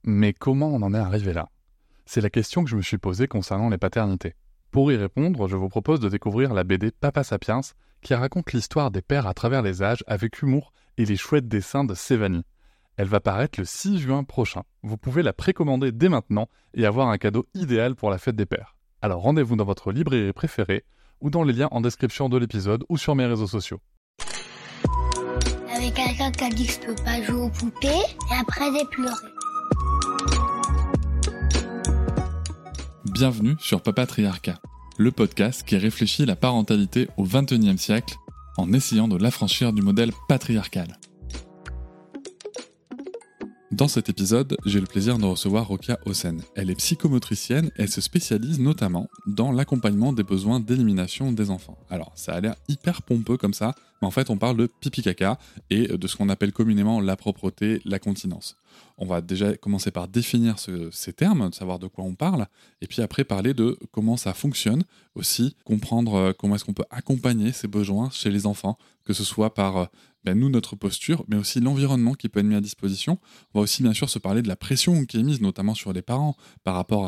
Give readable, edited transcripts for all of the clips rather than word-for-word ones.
Mais comment on en est arrivé là? C'est la question que je me suis posée concernant les paternités. Pour y répondre, je vous propose de découvrir la BD Papa Sapiens, qui raconte l'histoire des pères à travers les âges avec humour et les chouettes dessins de Sévanie. Elle va paraître le 6 juin prochain. Vous pouvez la précommander dès maintenant et avoir un cadeau idéal pour la fête des pères. Alors rendez-vous dans votre librairie préférée ou dans les liens en description de l'épisode ou sur mes réseaux sociaux. Avec quelqu'un qui a dit que je peux pas jouer aux poupées et après j'ai pleuré. Bienvenue sur Papatriarcat, le podcast qui réfléchit la parentalité au XXIe siècle en essayant de l'affranchir du modèle patriarcal. Dans cet épisode, j'ai le plaisir de recevoir Rokia Hossein. Elle est psychomotricienne et elle se spécialise notamment dans l'accompagnement des besoins d'élimination des enfants. Alors, ça a l'air hyper pompeux comme ça, mais en fait, on parle de pipi-caca et de ce qu'on appelle communément la propreté, la continence. On va déjà commencer par définir ces termes, de savoir de quoi on parle, et puis après parler de comment ça fonctionne, aussi comprendre comment est-ce qu'on peut accompagner ces besoins chez les enfants, que ce soit par nous, notre posture, mais aussi l'environnement qui peut être mis à disposition. On va aussi bien sûr se parler de la pression qui est mise, notamment sur les parents, par rapport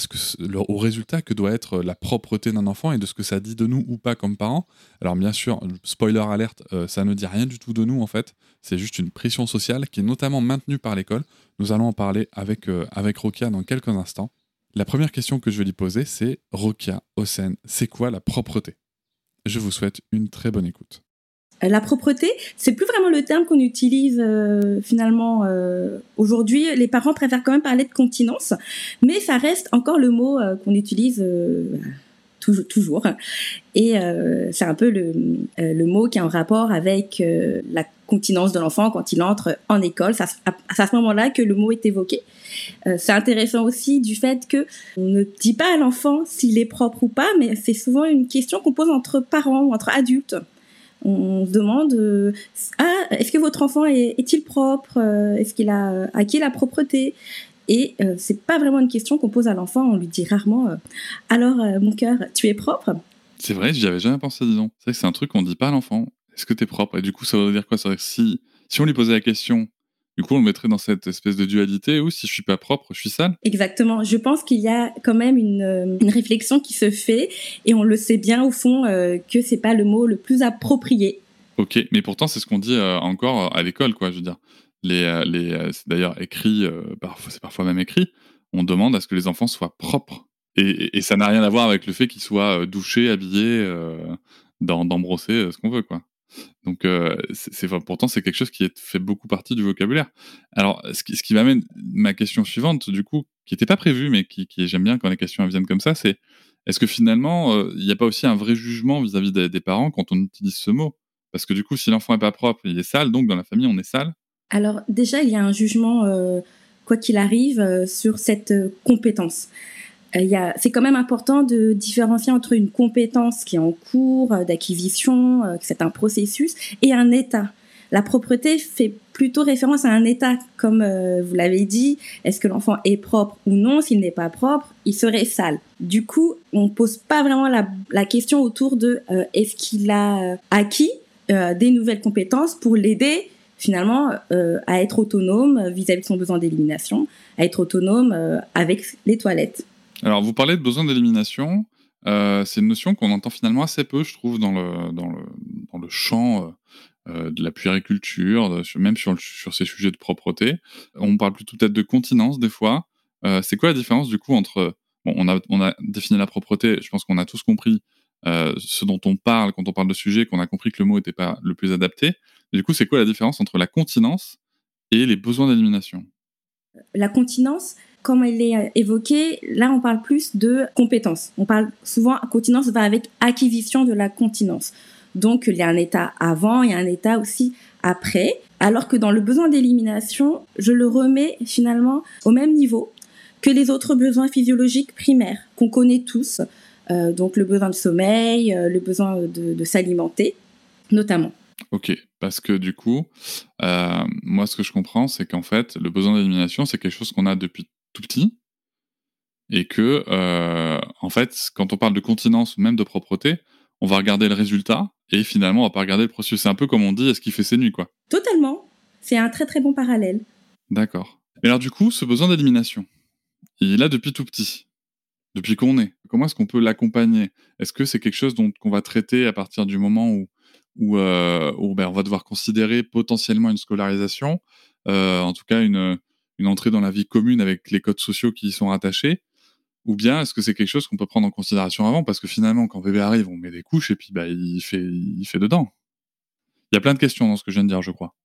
au résultat que doit être la propreté d'un enfant et de ce que ça dit de nous ou pas comme parents. Alors bien sûr, spoiler alerte, ça ne dit rien du tout de nous en fait, c'est juste une pression sociale qui est notamment maintenue par l'école. Nous allons en parler avec Rokia dans quelques instants. La première question que je vais lui poser, c'est Rokia Hossein, c'est quoi la propreté ? Je vous souhaite une très bonne écoute. La propreté, c'est plus vraiment le terme qu'on utilise finalement aujourd'hui. Les parents préfèrent quand même parler de continence, mais ça reste encore le mot qu'on utilise toujours. Et c'est un peu le mot qui est en rapport avec la continence de l'enfant quand il entre en école. C'est à ce moment-là que le mot est évoqué. C'est intéressant aussi du fait que on ne dit pas à l'enfant s'il est propre ou pas, mais c'est souvent une question qu'on pose entre parents ou entre adultes. On se demande est-ce que votre enfant est-il propre, est-ce qu'il a acquis la propreté, et c'est pas vraiment une question qu'on pose à l'enfant. On lui dit rarement alors mon cœur, tu es propre? C'est vrai, j'y avais jamais pensé, disons. C'est vrai que c'est un truc qu'on dit pas à l'enfant. Est-ce que t'es propre? Et du coup, ça veut dire quoi? Ça veut dire que si on lui posait la question, du coup, on le mettrait dans cette espèce de dualité où si je suis pas propre, je suis sale? Exactement. Je pense qu'il y a quand même une réflexion qui se fait, et on le sait bien au fond que c'est pas le mot le plus approprié. Ok, mais pourtant, c'est ce qu'on dit encore à l'école, quoi. Je veux dire, c'est d'ailleurs écrit, c'est parfois même écrit. On demande à ce que les enfants soient propres. Et ça n'a rien à voir avec le fait qu'ils soient douchés, habillés, d'embrosser ce qu'on veut, quoi. Donc, pourtant, c'est quelque chose qui fait beaucoup partie du vocabulaire. Alors, ce qui m'amène ma question suivante, du coup, qui n'était pas prévue, mais qui j'aime bien quand les questions viennent comme ça, c'est est-ce que finalement, il n'y a pas aussi un vrai jugement vis-à-vis des parents quand on utilise ce mot? Parce que du coup, si l'enfant n'est pas propre, il est sale, donc dans la famille, on est sale. Alors déjà, il y a un jugement, quoi qu'il arrive, sur cette compétence. C'est quand même important de différencier entre une compétence qui est en cours d'acquisition, que c'est un processus, et un état. La propreté fait plutôt référence à un état, comme vous l'avez dit. Est-ce que l'enfant est propre ou non? S'il n'est pas propre, il serait sale. Du coup, on pose pas vraiment la question autour de est-ce qu'il a acquis des nouvelles compétences pour l'aider finalement à être autonome vis-à-vis de son besoin d'élimination, à être autonome avec les toilettes. Alors, vous parlez de besoin d'élimination. C'est une notion qu'on entend finalement assez peu, je trouve, dans le champ de la puériculture, même sur ces sujets de propreté. On parle plutôt peut-être de continence des fois. C'est quoi la différence du coup entre... Bon, on a défini la propreté, je pense qu'on a tous compris ce dont on parle quand on parle de sujet, qu'on a compris que le mot n'était pas le plus adapté. Et du coup, c'est quoi la différence entre la continence et les besoins d'élimination? La continence, comme elle est évoquée, là on parle plus de compétence. On parle souvent, continence va avec acquisition de la continence. Donc il y a un état avant, il y a un état aussi après. Alors que dans le besoin d'élimination, je le remets finalement au même niveau que les autres besoins physiologiques primaires qu'on connaît tous. Donc le besoin de sommeil, le besoin de s'alimenter, notamment. Ok, parce que du coup, moi ce que je comprends, c'est qu'en fait, le besoin d'élimination, c'est quelque chose qu'on a depuis tout petit, et que, en fait, quand on parle de continence ou même de propreté, on va regarder le résultat, et finalement, on va pas regarder le processus. C'est un peu comme on dit, est-ce qu'il fait ses nuits, quoi. Totalement. C'est un très très bon parallèle. D'accord. Et alors du coup, ce besoin d'élimination, il est là depuis tout petit, depuis qu'on est. Comment est-ce qu'on peut l'accompagner? Est-ce que c'est quelque chose qu'on va traiter à partir du moment où on va devoir considérer potentiellement une scolarisation, en tout cas une entrée dans la vie commune avec les codes sociaux qui y sont rattachés? Ou bien est-ce que c'est quelque chose qu'on peut prendre en considération avant? Parce que finalement, quand bébé arrive, on met des couches et puis il fait dedans. Il y a plein de questions dans ce que je viens de dire, je crois.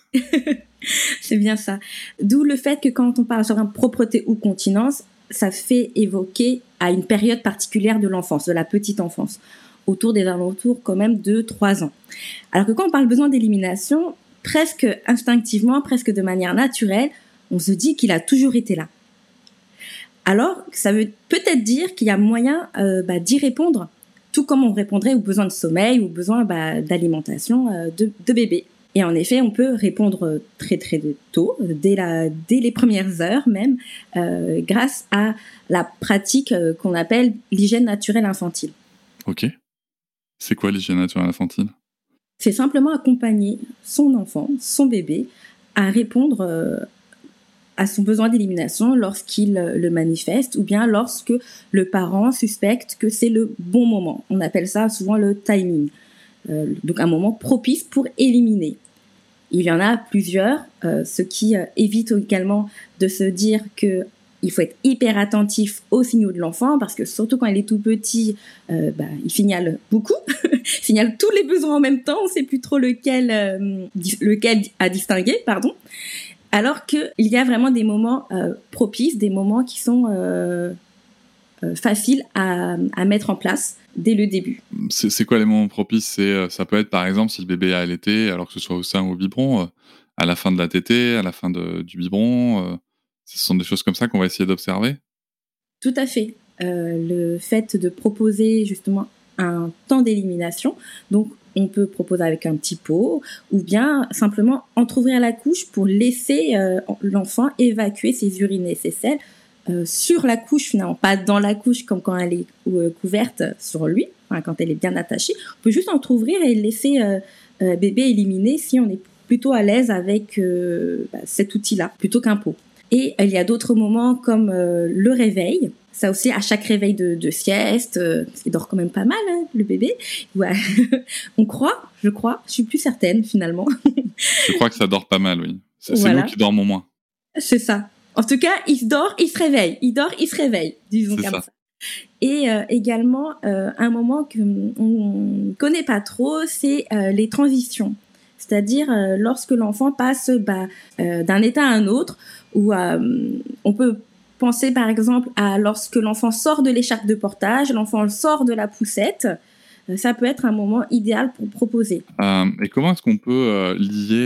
C'est bien ça. D'où le fait que quand on parle sur propreté ou continence, ça fait évoquer à une période particulière de l'enfance, de la petite enfance, autour des alentours quand même de 3 ans. Alors que quand on parle besoin d'élimination, presque instinctivement, presque de manière naturelle, on se dit qu'il a toujours été là. Alors, ça veut peut-être dire qu'il y a moyen d'y répondre, tout comme on répondrait aux besoins de sommeil ou aux besoins d'alimentation de bébé. Et en effet, on peut répondre très très tôt, dès les premières heures même, grâce à la pratique qu'on appelle l'hygiène naturelle infantile. Ok. C'est quoi l'hygiène naturelle infantile? C'est simplement accompagner son enfant, son bébé, à répondre à son besoin d'élimination lorsqu'il le manifeste ou bien lorsque le parent suspecte que c'est le bon moment. On appelle ça souvent le timing. Donc un moment propice pour éliminer. Il y en a plusieurs, ce qui évite également de se dire que il faut être hyper attentif aux signaux de l'enfant parce que surtout quand il est tout petit, il signale beaucoup, il signale tous les besoins en même temps, on ne sait plus trop lequel à distinguer, pardon. Alors qu'il y a vraiment des moments propices, des moments qui sont faciles à mettre en place dès le début. C'est quoi les moments propices? Ça peut être par exemple si le bébé a allaité, alors que ce soit au sein ou au biberon, à la fin de la tétée, à la fin du biberon, ce sont des choses comme ça qu'on va essayer d'observer? Tout à fait. Le fait de proposer justement un temps d'élimination, donc on peut proposer avec un petit pot ou bien simplement entrouvrir la couche pour laisser l'enfant évacuer ses urines et ses selles sur la couche, finalement, pas dans la couche comme quand elle est couverte sur lui, enfin, quand elle est bien attachée. On peut juste entrouvrir et laisser bébé éliminer si on est plutôt à l'aise avec cet outil-là, plutôt qu'un pot. Et il y a d'autres moments comme le réveil. Ça aussi, à chaque réveil de sieste, il dort quand même pas mal, hein, le bébé. Ouais. Je crois, je suis plus certaine finalement. Je crois que ça dort pas mal, oui. C'est voilà. Nous qui dormons moins. C'est ça. En tout cas, il dort, il se réveille. Il dort, il se réveille, disons comme ça. Et également, un moment qu'on connaît pas trop, c'est les transitions. C'est-à-dire lorsque l'enfant passe d'un état à un autre, où on peut penser par exemple à lorsque l'enfant sort de l'écharpe de portage, l'enfant sort de la poussette. Ça peut être un moment idéal pour proposer. Et comment est-ce qu'on peut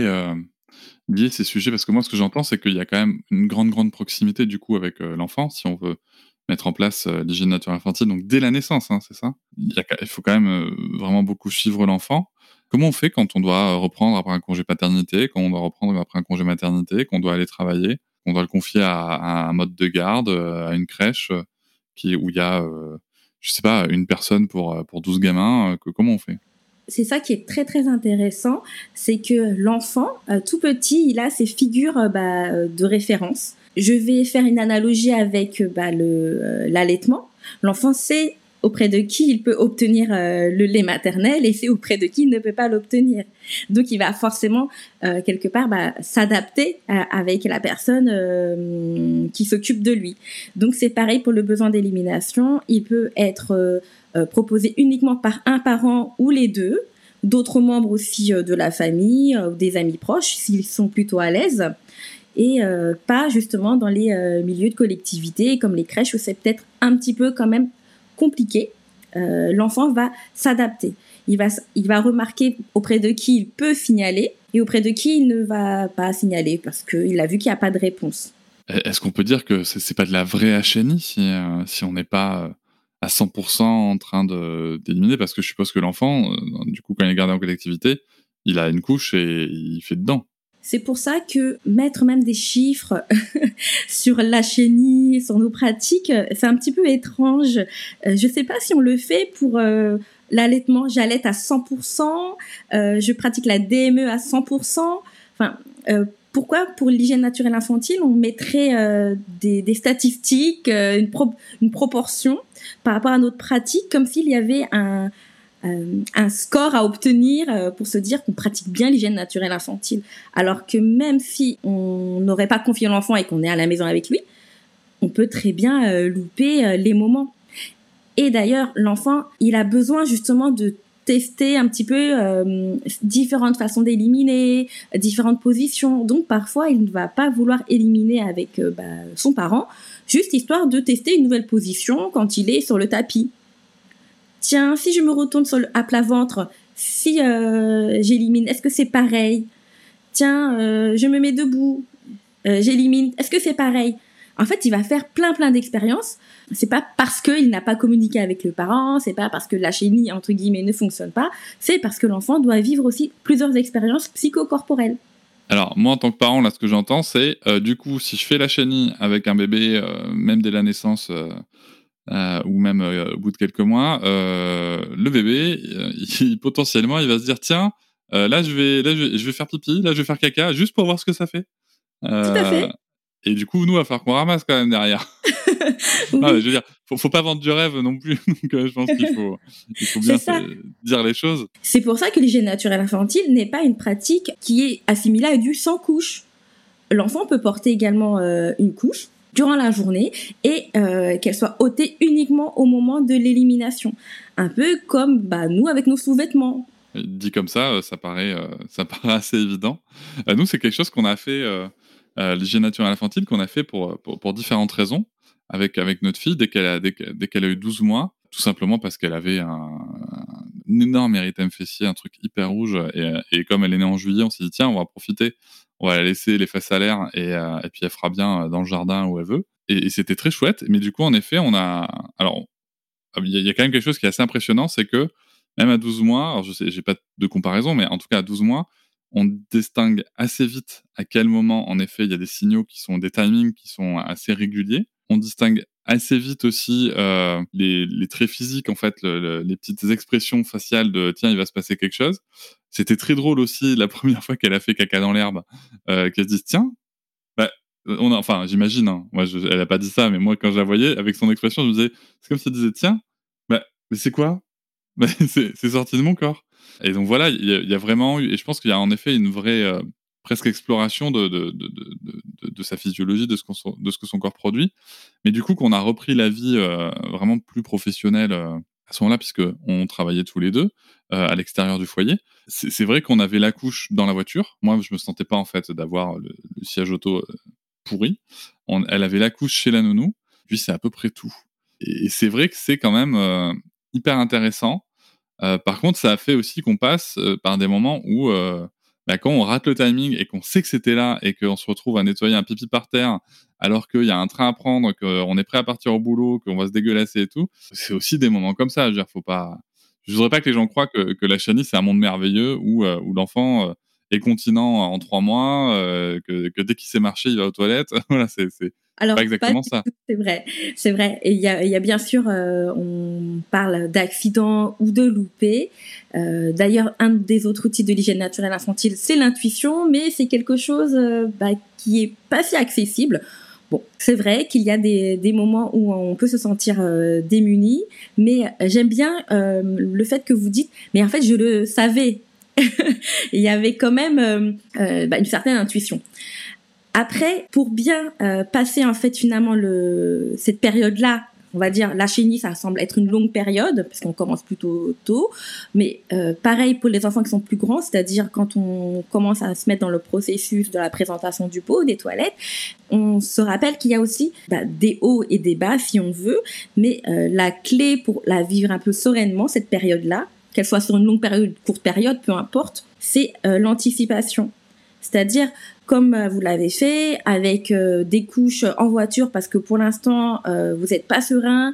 lier ces sujets? Parce que moi, ce que j'entends, c'est qu'il y a quand même une grande proximité du coup avec l'enfant, si on veut mettre en place l'hygiène naturelle infantile, donc dès la naissance, hein, c'est ça? Il faut quand même vraiment beaucoup suivre l'enfant. Comment on fait quand on doit reprendre après un congé paternité, quand on doit reprendre après un congé maternité, qu'on doit aller travailler, qu'on doit le confier à un mode de garde, à une crèche où il y a, je sais pas, une personne pour 12 gamins, comment on fait? C'est ça qui est très très intéressant, c'est que l'enfant, tout petit, il a ses figures de référence. Je vais faire une analogie avec l'allaitement. L'enfant sait auprès de qui il peut obtenir le lait maternel et c'est auprès de qui il ne peut pas l'obtenir. Donc il va forcément quelque part s'adapter avec la personne qui s'occupe de lui. Donc c'est pareil pour le besoin d'élimination, il peut être proposé uniquement par un parent ou les deux, d'autres membres aussi de la famille ou des amis proches s'ils sont plutôt à l'aise. Et pas justement dans les milieux de collectivité comme les crèches où c'est peut-être un petit peu quand même compliqué. L'enfant va s'adapter. Il va remarquer auprès de qui il peut signaler et auprès de qui il ne va pas signaler parce qu'il a vu qu'il n'y a pas de réponse. Est-ce qu'on peut dire que c'est pas de la vraie HNI si on n'est pas à 100% en train d'éliminer? Parce que je suppose que l'enfant, du coup, quand il est gardé en collectivité, il a une couche et il fait dedans. C'est pour ça que mettre même des chiffres sur la chenille, sur nos pratiques, c'est un petit peu étrange. Je sais pas si on le fait pour l'allaitement. J'allaite à 100%, je pratique la DME à 100%. Enfin, pourquoi pour l'hygiène naturelle infantile, on mettrait des statistiques, une proportion par rapport à notre pratique, comme s'il y avait un score à obtenir pour se dire qu'on pratique bien l'hygiène naturelle infantile. Alors que même si on n'aurait pas confié l'enfant et qu'on est à la maison avec lui, on peut très bien louper les moments. Et d'ailleurs, l'enfant, il a besoin justement de tester un petit peu différentes façons d'éliminer, différentes positions. Donc parfois, il ne va pas vouloir éliminer avec son parent, juste histoire de tester une nouvelle position quand il est sur le tapis. Tiens, si je me retourne à plat ventre, si j'élimine, est-ce que c'est pareil? Tiens, je me mets debout, j'élimine, est-ce que c'est pareil? En fait, il va faire plein d'expériences. C'est pas parce qu'il n'a pas communiqué avec le parent, c'est pas parce que la chenille, entre guillemets, ne fonctionne pas, c'est parce que l'enfant doit vivre aussi plusieurs expériences psychocorporelles. Alors, moi, en tant que parent, là, ce que j'entends, c'est, du coup, si je fais la chenille avec un bébé, même dès la naissance, ou même au bout de quelques mois, le bébé, potentiellement, il va se dire, tiens, là, je vais faire pipi, là, je vais faire caca, juste pour voir ce que ça fait. Tout à fait. Et du coup, nous, il va falloir qu'on ramasse quand même derrière. Oui. Non, je veux dire, faut pas vendre du rêve non plus. Donc, je pense qu'il faut bien dire les choses. C'est pour ça que l'hygiène naturelle infantile n'est pas une pratique qui est assimilée à du sans couche. L'enfant peut porter également une couche durant la journée et qu'elle soit ôtée uniquement au moment de l'élimination. Un peu comme nous avec nos sous-vêtements. Dit comme ça, ça paraît assez évident. Nous, c'est quelque chose qu'on a fait, l'hygiène naturelle infantile, qu'on a fait pour différentes raisons avec notre fille dès qu'elle a eu 12 mois, tout simplement parce qu'elle avait un énorme érythème fessier, un truc hyper rouge, et comme elle est née en juillet, on s'est dit tiens, on va profiter, on va la laisser les fesses à l'air et puis elle fera bien dans le jardin où elle veut. Et c'était très chouette. Mais du coup, en effet, il y a quand même quelque chose qui est assez impressionnant, c'est que même à 12 mois, alors je sais, j'ai pas de comparaison, mais en tout cas à 12 mois, on distingue assez vite à quel moment, en effet, il y a des signaux qui sont des timings qui sont assez réguliers. On distingue assez vite aussi les traits physiques, en fait, les petites expressions faciales de tiens, il va se passer quelque chose. C'était très drôle aussi la première fois qu'elle a fait caca dans l'herbe, qu'elle se dise tiens, j'imagine, hein, moi elle a pas dit ça, mais moi quand je la voyais avec son expression, je me disais, c'est comme si elle disait tiens, mais c'est quoi? C'est sorti de mon corps. Et donc voilà, il y a vraiment eu, et je pense qu'il y a en effet une vraie presque exploration de sa physiologie, de ce que son corps produit. Mais du coup, qu'on a repris la vie vraiment plus professionnelle à ce moment-là, puisque on travaillait tous les deux à l'extérieur du foyer. C'est vrai qu'on avait la couche dans la voiture. Moi, je me sentais pas en fait d'avoir le siège auto pourri. Elle avait la couche chez la nounou. Puis c'est à peu près tout. Et c'est vrai que c'est quand même hyper intéressant. Par contre, ça a fait aussi qu'on passe par des moments où, quand on rate le timing et qu'on sait que c'était là et qu'on se retrouve à nettoyer un pipi par terre alors qu'il y a un train à prendre, qu'on est prêt à partir au boulot, qu'on va se dégueulasser et tout, c'est aussi des moments comme ça. Je veux dire, faut pas. Je voudrais pas que les gens croient que la chenille c'est un monde merveilleux où l'enfant est continent en 3 mois, que dès qu'il sait marcher, il va aux toilettes. Voilà, c'est Alors, pas exactement ça. C'est vrai. Et il y a bien sûr, on parle d'accident ou de loupé. D'ailleurs, un des autres outils de l'hygiène naturelle infantile, c'est l'intuition, mais c'est quelque chose qui est pas si accessible. Bon, c'est vrai qu'il y a des moments où on peut se sentir démuni, mais j'aime bien le fait que vous dites, mais en fait, je le savais. Il y avait quand même une certaine intuition. Après, pour bien passer en fait finalement cette période-là, on va dire la chenille, ça semble être une longue période parce qu'on commence plutôt tôt, mais pareil pour les enfants qui sont plus grands, c'est-à-dire quand on commence à se mettre dans le processus de la présentation du pot, des toilettes, on se rappelle qu'il y a aussi des hauts et des bas si on veut, mais la clé pour la vivre un peu sereinement cette période-là, qu'elle soit sur une longue période, courte période, peu importe, c'est l'anticipation. C'est-à-dire, comme vous l'avez fait, avec des couches en voiture, parce que pour l'instant, vous n'êtes pas serein,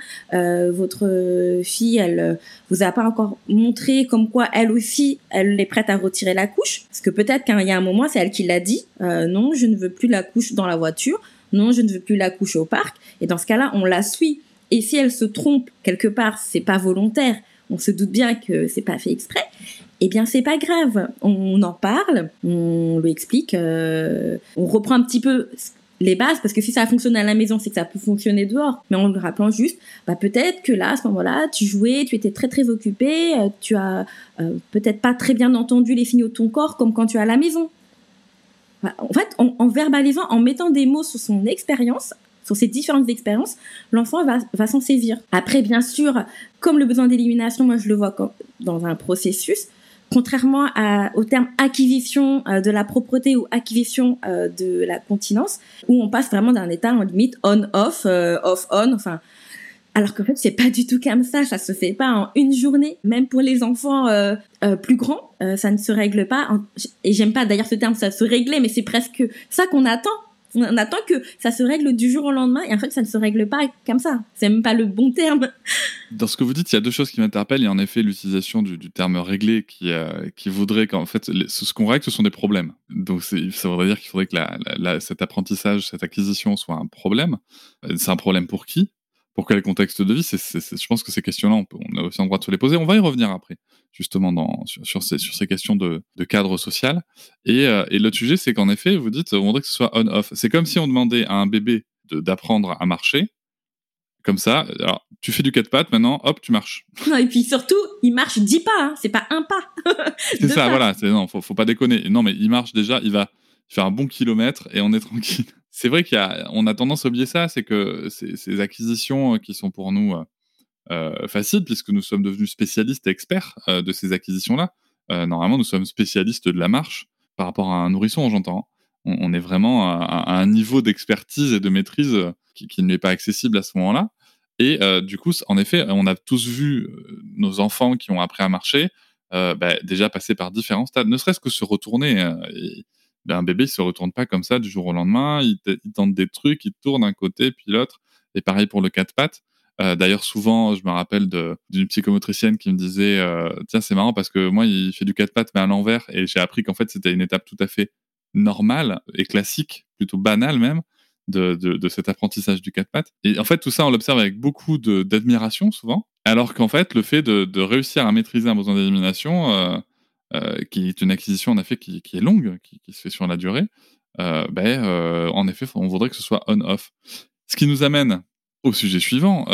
votre fille, elle vous a pas encore montré comme quoi, elle aussi, elle est prête à retirer la couche. Parce que peut-être qu'il y a un moment, c'est elle qui l'a dit, non, je ne veux plus la couche dans la voiture, non, je ne veux plus la couche au parc. Et dans ce cas-là, on la suit. Et si elle se trompe quelque part, c'est pas volontaire. on se doute bien que c'est pas fait exprès, eh bien c'est pas grave, on en parle, on lui explique, on reprend un petit peu les bases, parce que si ça a fonctionné à la maison, c'est que ça peut fonctionner dehors, mais en le rappelant juste, peut-être que là, à ce moment-là, tu jouais, tu étais très très occupé, tu as peut-être pas très bien entendu les signaux de ton corps, comme quand tu es à la maison. En fait, en verbalisant, en mettant des mots sur son expérience, sur ces différentes expériences, l'enfant va s'en saisir. Après, bien sûr, comme le besoin d'élimination, moi je le vois dans un processus, contrairement au terme acquisition de la propreté ou acquisition de la continence, où on passe vraiment d'un état en limite on-off, off-on, enfin, alors qu'en fait c'est pas du tout comme ça se fait pas en une journée, même pour les enfants plus grands, ça ne se règle pas, et j'aime pas d'ailleurs ce terme, ça se régler, mais c'est presque ça qu'on attend. On attend que ça se règle du jour au lendemain, et en fait, ça ne se règle pas comme ça. C'est même pas le bon terme. Dans ce que vous dites, il y a deux choses qui m'interpellent. Il y a en effet l'utilisation du terme régler qui voudrait qu'en fait, ce qu'on règle, ce sont des problèmes. Donc, ça voudrait dire qu'il faudrait que cet apprentissage, cette acquisition soit un problème. C'est un problème pour qui ? Pour quel contexte de vie ? Je pense que ces questions-là, on a aussi le droit de se les poser. On va y revenir après, justement, sur ces questions de cadre social. Et l'autre sujet, c'est qu'en effet, vous dites, on voudrait que ce soit on-off. C'est comme si on demandait à un bébé d'apprendre à marcher. Comme ça, alors, tu fais du 4 pattes, maintenant, hop, tu marches. Non, et puis surtout, il marche 10 pas, hein, c'est pas un pas. C'est ça, pas. Voilà. Non, faut pas déconner. Non, mais il marche déjà, il va faire un bon kilomètre et on est tranquille. C'est vrai on a tendance à oublier ça, c'est que ces acquisitions qui sont pour nous faciles, puisque nous sommes devenus spécialistes et experts de ces acquisitions-là. Normalement, nous sommes spécialistes de la marche par rapport à un nourrisson, j'entends. On est vraiment à un niveau d'expertise et de maîtrise qui ne lui est pas accessible à ce moment-là. Et du coup, en effet, on a tous vu nos enfants qui ont appris à marcher déjà passer par différents stades, ne serait-ce que se retourner. Un bébé, il se retourne pas comme ça du jour au lendemain. Il tente des trucs, il tourne d'un côté puis l'autre. Et pareil pour le 4 pattes. D'ailleurs, souvent, je me rappelle d'une psychomotricienne qui me disait tiens, c'est marrant parce que moi, il fait du 4 pattes mais à l'envers. Et j'ai appris qu'en fait, c'était une étape tout à fait normale et classique, plutôt banale même, de cet apprentissage du 4 pattes. Et en fait, tout ça, on l'observe avec beaucoup d'admiration souvent. Alors qu'en fait, le fait de réussir à maîtriser un besoin d'élimination, qui est une acquisition en effet qui est longue, qui se fait sur la durée, en effet, on voudrait que ce soit on-off. Ce qui nous amène au sujet suivant.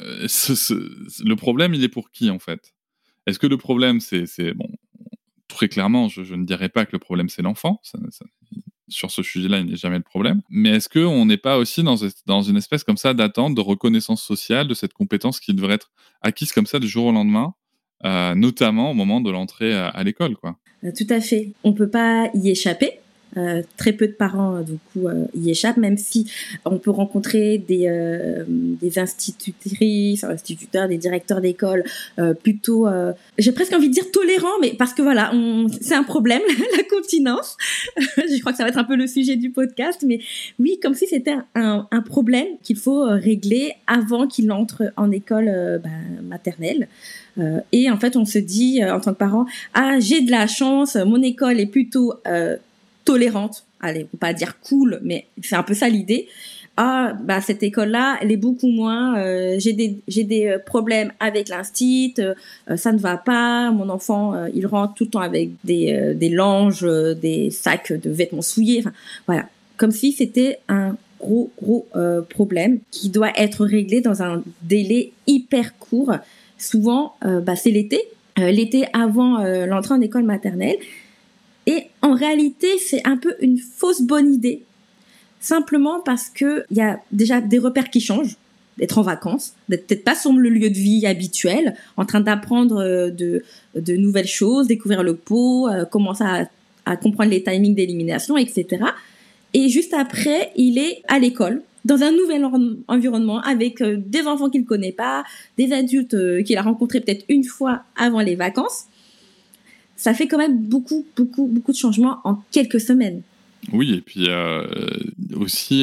Le problème, il est pour qui en fait ? Est-ce que le problème, c'est bon, très clairement, je ne dirais pas que le problème c'est l'enfant. Sur ce sujet-là, il n'est jamais le problème. Mais est-ce qu'on n'est pas aussi dans une espèce comme ça d'attente, de reconnaissance sociale de cette compétence qui devrait être acquise comme ça du jour au lendemain, notamment au moment de l'entrée à l'école, quoi. Tout à fait. On peut pas y échapper. Très peu de parents du coup y échappent, même si on peut rencontrer des institutrices, instituteurs, des directeurs d'école plutôt, j'ai presque envie de dire tolérants, mais parce que voilà, c'est un problème la continence. Je crois que ça va être un peu le sujet du podcast, mais oui, comme si c'était un problème qu'il faut régler avant qu'il entre en école maternelle. Et en fait, on se dit en tant que parent, j'ai de la chance, mon école est plutôt tolérante, allez, on peut pas dire cool, mais c'est un peu ça l'idée. Cette école-là, elle est beaucoup moins. J'ai des problèmes avec l'instit, ça ne va pas. Mon enfant, il rentre tout le temps avec des langes, des sacs de vêtements souillés. Enfin, voilà, comme si c'était un gros problème qui doit être réglé dans un délai hyper court. Souvent, c'est l'été avant l'entrée en école maternelle. Et en réalité, c'est un peu une fausse bonne idée. Simplement parce que il y a déjà des repères qui changent, d'être en vacances, d'être peut-être pas sur le lieu de vie habituel, en train d'apprendre de nouvelles choses, découvrir le pot, commencer à comprendre les timings d'élimination, etc. Et juste après, il est à l'école, dans un nouvel environnement, avec des enfants qu'il connaît pas, des adultes qu'il a rencontrés peut-être une fois avant les vacances. Ça fait quand même beaucoup de changements en quelques semaines. Oui, et puis aussi,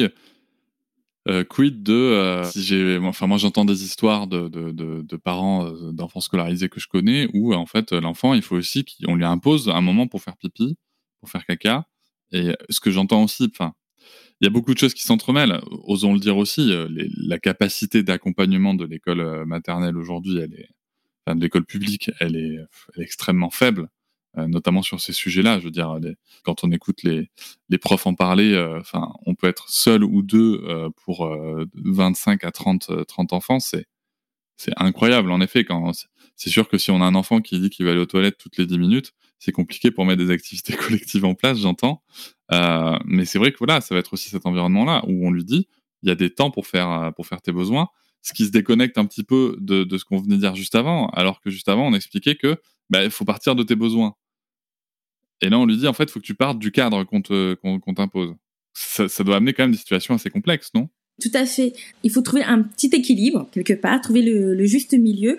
quid de... moi, j'entends des histoires de parents d'enfants scolarisés que je connais, où en fait, l'enfant, il faut aussi qu'on lui impose un moment pour faire pipi, pour faire caca. Et ce que j'entends aussi, il y a beaucoup de choses qui s'entremêlent. Osons le dire aussi, la capacité d'accompagnement de l'école maternelle aujourd'hui, de l'école publique, elle est extrêmement faible, notamment sur ces sujets-là. Je veux dire, quand on écoute les profs en parler, on peut être seul ou deux pour 25 à 30 enfants, c'est incroyable. En effet, c'est sûr que si on a un enfant qui dit qu'il va aller aux toilettes toutes les 10 minutes, c'est compliqué pour mettre des activités collectives en place, j'entends. Mais c'est vrai que voilà, ça va être aussi cet environnement-là où on lui dit, il y a des temps pour faire tes besoins, ce qui se déconnecte un petit peu de ce qu'on venait de dire juste avant, alors que juste avant, on expliquait que il faut partir de tes besoins. Et là, on lui dit, en fait, il faut que tu partes du cadre qu'on t'impose. Ça doit amener quand même des situations assez complexes, non ? Tout à fait. Il faut trouver un petit équilibre, quelque part, trouver le juste milieu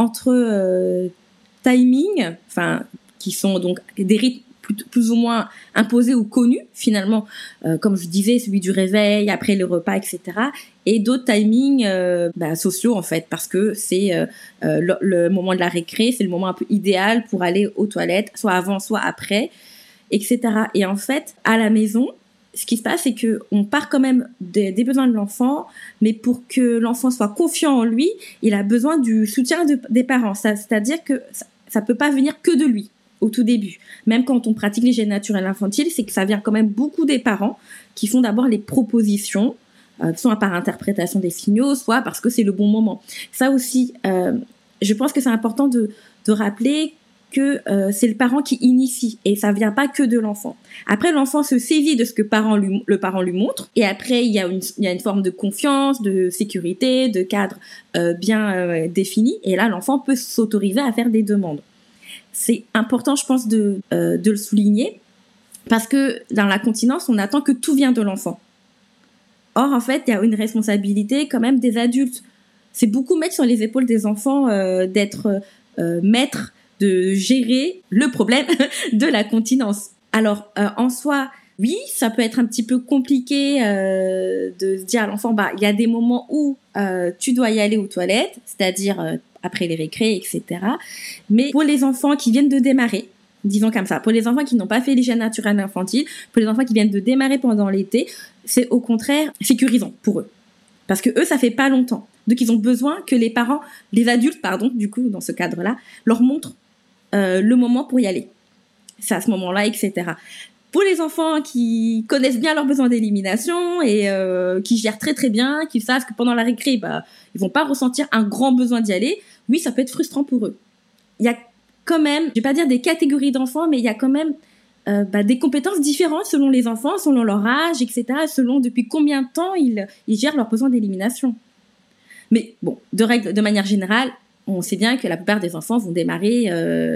entre timing, qui sont donc des rythmes plus ou moins imposés ou connus, finalement, comme je disais, celui du réveil, après le repas, etc., et d'autres timings sociaux, en fait, parce que c'est le moment de la récré, c'est le moment un peu idéal pour aller aux toilettes, soit avant, soit après, etc. Et en fait, à la maison, ce qui se passe, c'est que on part quand même des besoins de l'enfant, mais pour que l'enfant soit confiant en lui, il a besoin du soutien des parents. C'est-à-dire que ça peut pas venir que de lui au tout début. Même quand on pratique l'hygiène naturelle infantile, c'est que ça vient quand même beaucoup des parents qui font d'abord les propositions, soit par interprétation des signaux, soit parce que c'est le bon moment. Ça aussi, je pense que c'est important de rappeler que c'est le parent qui initie et ça vient pas que de l'enfant. Après, l'enfant se saisit de ce que le parent lui montre et après il y a une forme de confiance, de sécurité, de cadre bien défini et là l'enfant peut s'autoriser à faire des demandes. C'est important, je pense, de le souligner parce que dans la continence, on attend que tout vient de l'enfant. Or, en fait, il y a une responsabilité quand même des adultes. C'est beaucoup mettre sur les épaules des enfants d'être maîtres, de gérer le problème de la continence. Alors, en soi, oui, ça peut être un petit peu compliqué de se dire à l'enfant, il y a des moments où tu dois y aller aux toilettes, c'est-à-dire après les récrés, etc. Mais pour les enfants qui viennent de démarrer, disons comme ça, pour les enfants qui n'ont pas fait l'hygiène naturelle infantile, pour les enfants qui viennent de démarrer pendant l'été, c'est au contraire sécurisant pour eux. Parce que eux, ça fait pas longtemps. Donc, ils ont besoin que les adultes, du coup, dans ce cadre-là, leur montrent le moment pour y aller. C'est à ce moment-là, etc. Pour les enfants qui connaissent bien leurs besoins d'élimination et qui gèrent très très bien, qui savent que pendant la récré, ils vont pas ressentir un grand besoin d'y aller, oui, ça peut être frustrant pour eux. Il y a quand même, je vais pas dire des catégories d'enfants, mais il y a quand même des compétences différentes selon les enfants, selon leur âge, etc., selon depuis combien de temps ils gèrent leurs besoins d'élimination. Mais bon, de manière générale, on sait bien que la plupart des enfants vont démarrer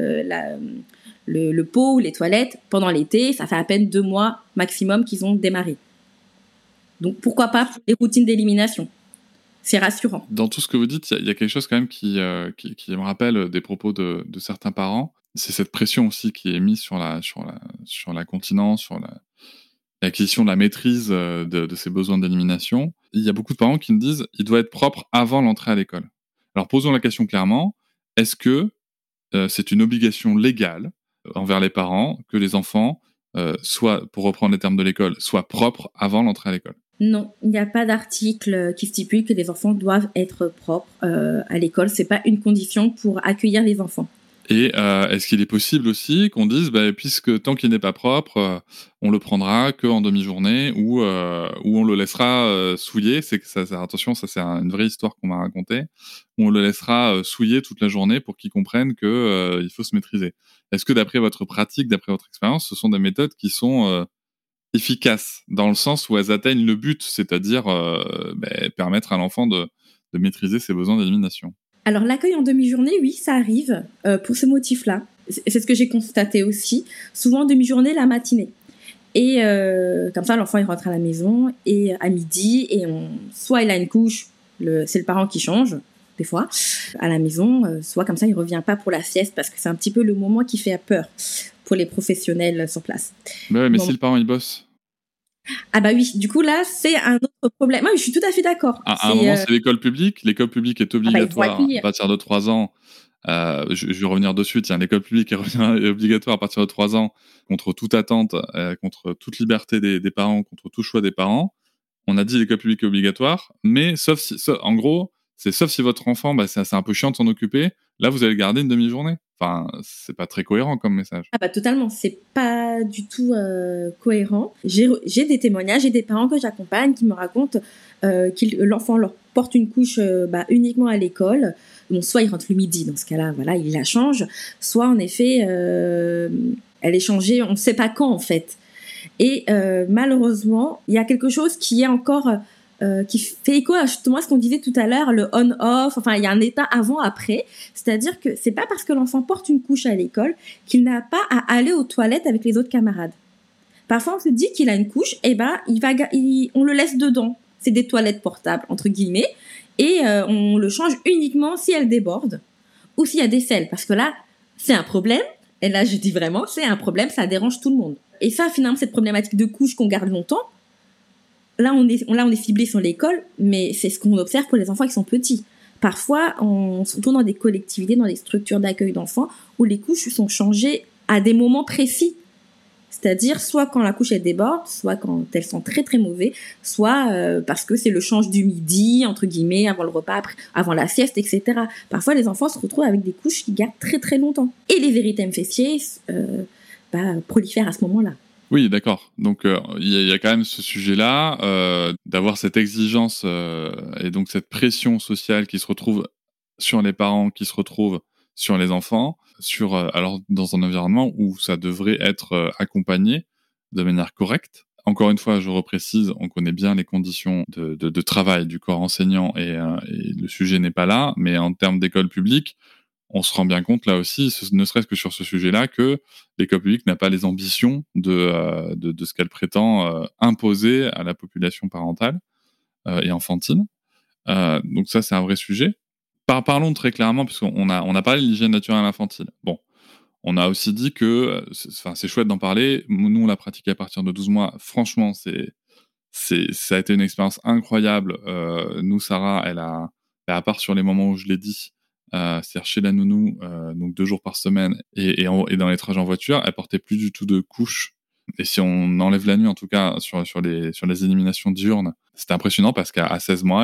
le pot ou les toilettes pendant l'été. Ça fait à peine 2 mois maximum qu'ils ont démarré. Donc pourquoi pas pour les routines d'élimination ? C'est rassurant. Dans tout ce que vous dites, il y a quelque chose quand même qui me rappelle des propos de certains parents. C'est cette pression aussi qui est mise sur la continence, sur l'acquisition de la maîtrise de ses besoins d'élimination. Il y a beaucoup de parents qui me disent il doit être propre avant l'entrée à l'école. Alors posons la question clairement, est-ce que c'est une obligation légale envers les parents que les enfants soient, pour reprendre les termes de l'école, soient propres avant l'entrée à l'école ? Non, il n'y a pas d'article qui stipule que les enfants doivent être propres à l'école. C'est pas une condition pour accueillir les enfants. Et est-ce qu'il est possible aussi qu'on dise, puisque tant qu'il n'est pas propre, on le prendra qu'en demi-journée ou on le laissera souiller. C'est que ça, attention, ça c'est une vraie histoire qu'on m'a racontée. Où on le laissera souiller toute la journée pour qu'il comprenne que il faut se maîtriser. Est-ce que d'après votre pratique, d'après votre expérience, ce sont des méthodes qui sont efficaces dans le sens où elles atteignent le but, c'est-à-dire permettre à l'enfant de maîtriser ses besoins d'élimination ? Alors, l'accueil en demi-journée, oui, ça arrive pour ce motif-là. C'est ce que j'ai constaté aussi. Souvent, en demi-journée, la matinée. Et comme ça, l'enfant, il rentre à la maison et à midi, et soit il a une couche, c'est le parent qui change, des fois, à la maison, soit comme ça, il revient pas pour la sieste, parce que c'est un petit peu le moment qui fait peur pour les professionnels sur place. Mais si le parent, il bosse ? Ah oui, du coup là, c'est un autre problème. Moi, je suis tout à fait d'accord. À un moment, c'est l'école publique. L'école publique est obligatoire à partir de 3 ans. Je vais revenir dessus. Tiens, l'école publique est obligatoire à partir de 3 ans contre toute attente, contre toute liberté des parents, contre tout choix des parents. On a dit l'école publique est obligatoire, mais sauf si votre enfant, c'est un peu chiant de s'en occuper. Là, vous allez garder une demi-journée. Enfin, c'est pas très cohérent comme message. Ah bah totalement, c'est pas du tout cohérent. J'ai des témoignages et des parents que j'accompagne qui me racontent que l'enfant leur porte une couche uniquement à l'école. Bon, soit il rentre le midi, dans ce cas-là, voilà, il la change. Soit en effet, elle est changée, on ne sait pas quand en fait. Et malheureusement, il y a quelque chose qui est encore qui fait écho à justement ce qu'on disait tout à l'heure, le on-off. Enfin, il y a un état avant-après. C'est-à-dire que c'est pas parce que l'enfant porte une couche à l'école qu'il n'a pas à aller aux toilettes avec les autres camarades. Parfois, on se dit qu'il a une couche, et on le laisse dedans. C'est des toilettes portables entre guillemets, et on le change uniquement si elle déborde ou s'il y a des selles, parce que là, c'est un problème. Et là, je dis vraiment, c'est un problème, ça dérange tout le monde. Et ça, finalement, cette problématique de couche qu'on garde longtemps, là, on est ciblé sur l'école, mais c'est ce qu'on observe pour les enfants qui sont petits. Parfois, on se retrouve dans des collectivités, dans des structures d'accueil d'enfants, où les couches sont changées à des moments précis. C'est-à-dire, soit quand la couche elle déborde, soit quand elles sont très très mauvais, soit parce que c'est le change du midi, entre guillemets, avant le repas, avant la sieste, etc. Parfois, les enfants se retrouvent avec des couches qui gardent très très longtemps. Et les érythèmes fessiers prolifèrent à ce moment-là. Oui, d'accord. Donc, il y a quand même ce sujet-là, d'avoir cette exigence et donc cette pression sociale qui se retrouve sur les parents, qui se retrouve sur les enfants, alors dans un environnement où ça devrait être accompagné de manière correcte. Encore une fois, je reprécise, on connaît bien les conditions de travail du corps enseignant et le sujet n'est pas là, mais en termes d'école publique, on se rend bien compte là aussi, ne serait-ce que sur ce sujet-là, que l'école publique n'a pas les ambitions de ce qu'elle prétend imposer à la population parentale et enfantine. Donc ça, c'est un vrai sujet. Parlons très clairement, puisqu'on a parlé de l'hygiène naturelle infantile. Bon, on a aussi dit que, c'est chouette d'en parler. Nous, on l'a pratiqué à partir de 12 mois. Franchement, ça a été une expérience incroyable. Nous, Sarah, à part sur les moments où je l'ai dit, c'est-à-dire chez la nounou, donc 2 jours par semaine, et dans les trajets en voiture, elle portait plus du tout de couche. Et si on enlève la nuit, en tout cas, sur les éliminations diurnes, c'était impressionnant parce qu'à 16 mois,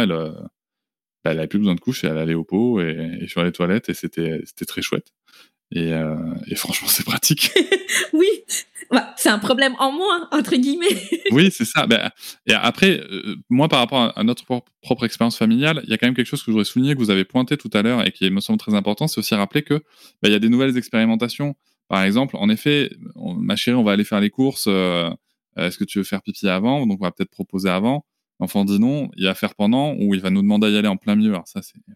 elle avait plus besoin de couche et elle allait au pot et sur les toilettes, et c'était très chouette. Et franchement, c'est pratique. Oui, c'est un problème en moins, entre guillemets. Oui, c'est ça. Et après, moi, par rapport à notre propre expérience familiale, il y a quand même quelque chose que je voudrais souligner, que vous avez pointé tout à l'heure et qui me semble très important, c'est aussi rappeler que il y a des nouvelles expérimentations. Par exemple, en effet, ma chérie, on va aller faire les courses. Est-ce que tu veux faire pipi avant ? Donc, on va peut-être proposer avant. L'enfant dit non, il va faire pendant, ou il va nous demander d'y aller en plein milieu. Alors ça, c'est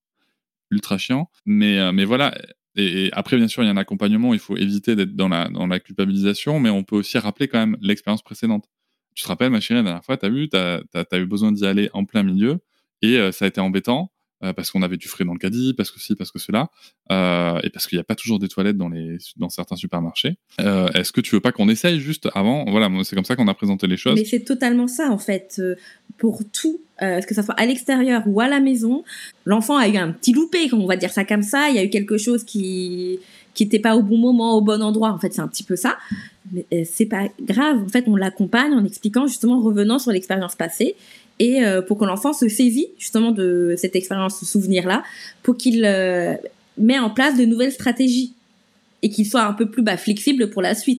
ultra chiant. Mais voilà. Et après, bien sûr, il y a un accompagnement. Il faut éviter d'être dans la culpabilisation, mais on peut aussi rappeler quand même l'expérience précédente. Tu te rappelles, ma chérie, la dernière fois, t'as eu besoin d'y aller en plein milieu, et ça a été embêtant. Parce qu'on avait du frais dans le caddie, parce que ci, parce que cela, et parce qu'il n'y a pas toujours des toilettes dans certains supermarchés. Est-ce que tu veux pas qu'on essaye juste avant ? Voilà, c'est comme ça qu'on a présenté les choses. Mais c'est totalement ça, en fait. Pour tout, que ça soit à l'extérieur ou à la maison, l'enfant a eu un petit loupé, on va dire ça comme ça. Il y a eu quelque chose qui n'était pas au bon moment, au bon endroit. En fait, c'est un petit peu ça. Mais c'est pas grave. En fait, on l'accompagne en expliquant, justement, revenant sur l'expérience passée. Et pour que l'enfant se saisit justement de cette expérience, ce souvenir-là, pour qu'il met en place de nouvelles stratégies et qu'il soit un peu plus flexible pour la suite.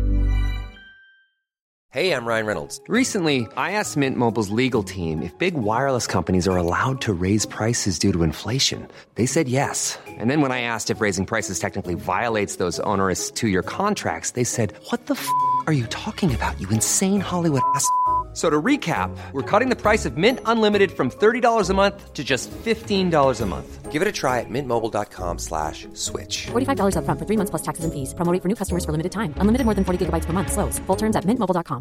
Hey, I'm Ryan Reynolds. Recently, I asked Mint Mobile's legal team if big wireless companies are allowed to raise prices due to inflation. They said yes. And then when I asked if raising prices technically violates those onerous 2-year contracts, they said, "What the f*** are you talking about, you insane Hollywood ass?" So to recap, we're cutting the price of Mint Unlimited from $30 a month to just $15 a month. Give it a try at mintmobile.com/switch. $45 up front for 3 months plus taxes and fees. Promo rate for new customers for limited time. Unlimited more than 40 gigabytes per month. Slows full terms at mintmobile.com.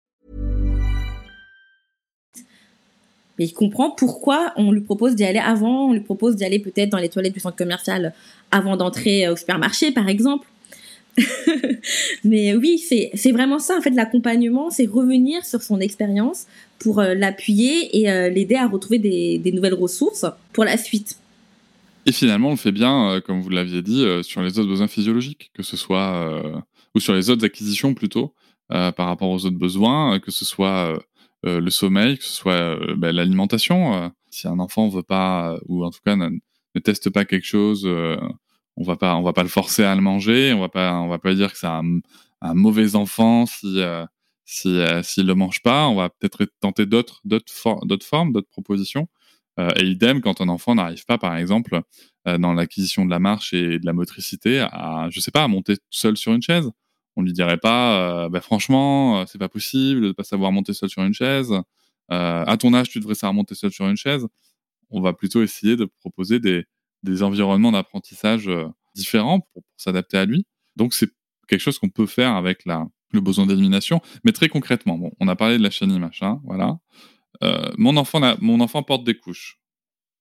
Mais il comprend pourquoi on lui propose d'y aller avant, on lui propose d'y aller peut-être dans les toilettes du centre commercial avant d'entrer au supermarché, par exemple. Mais oui, c'est vraiment ça, en fait, l'accompagnement, c'est revenir sur son expérience pour l'appuyer et l'aider à retrouver des nouvelles ressources pour la suite. Et finalement, on le fait bien, comme vous l'aviez dit, sur les autres besoins physiologiques, que ce soit, ou sur les autres acquisitions plutôt, par rapport aux autres besoins, que ce soit le sommeil, que ce soit l'alimentation. Si un enfant veut pas, ou en tout cas ne ne teste pas quelque chose, on va pas le forcer à le manger, on va pas dire que c'est un mauvais enfant s'il le mange pas. On va peut-être tenter d'autres formes, d'autres propositions. Et idem quand un enfant n'arrive pas, par exemple, dans l'acquisition de la marche et de la motricité, à monter seul sur une chaise. On lui dirait pas, franchement, c'est pas possible de pas savoir monter seul sur une chaise. À ton âge, tu devrais savoir monter seul sur une chaise. On va plutôt essayer de proposer des environnements d'apprentissage différents pour s'adapter à lui. Donc, c'est quelque chose qu'on peut faire avec le besoin d'élimination. Mais très concrètement, bon, on a parlé de la chenille, machin, voilà. Mon enfant porte des couches. D'accord ?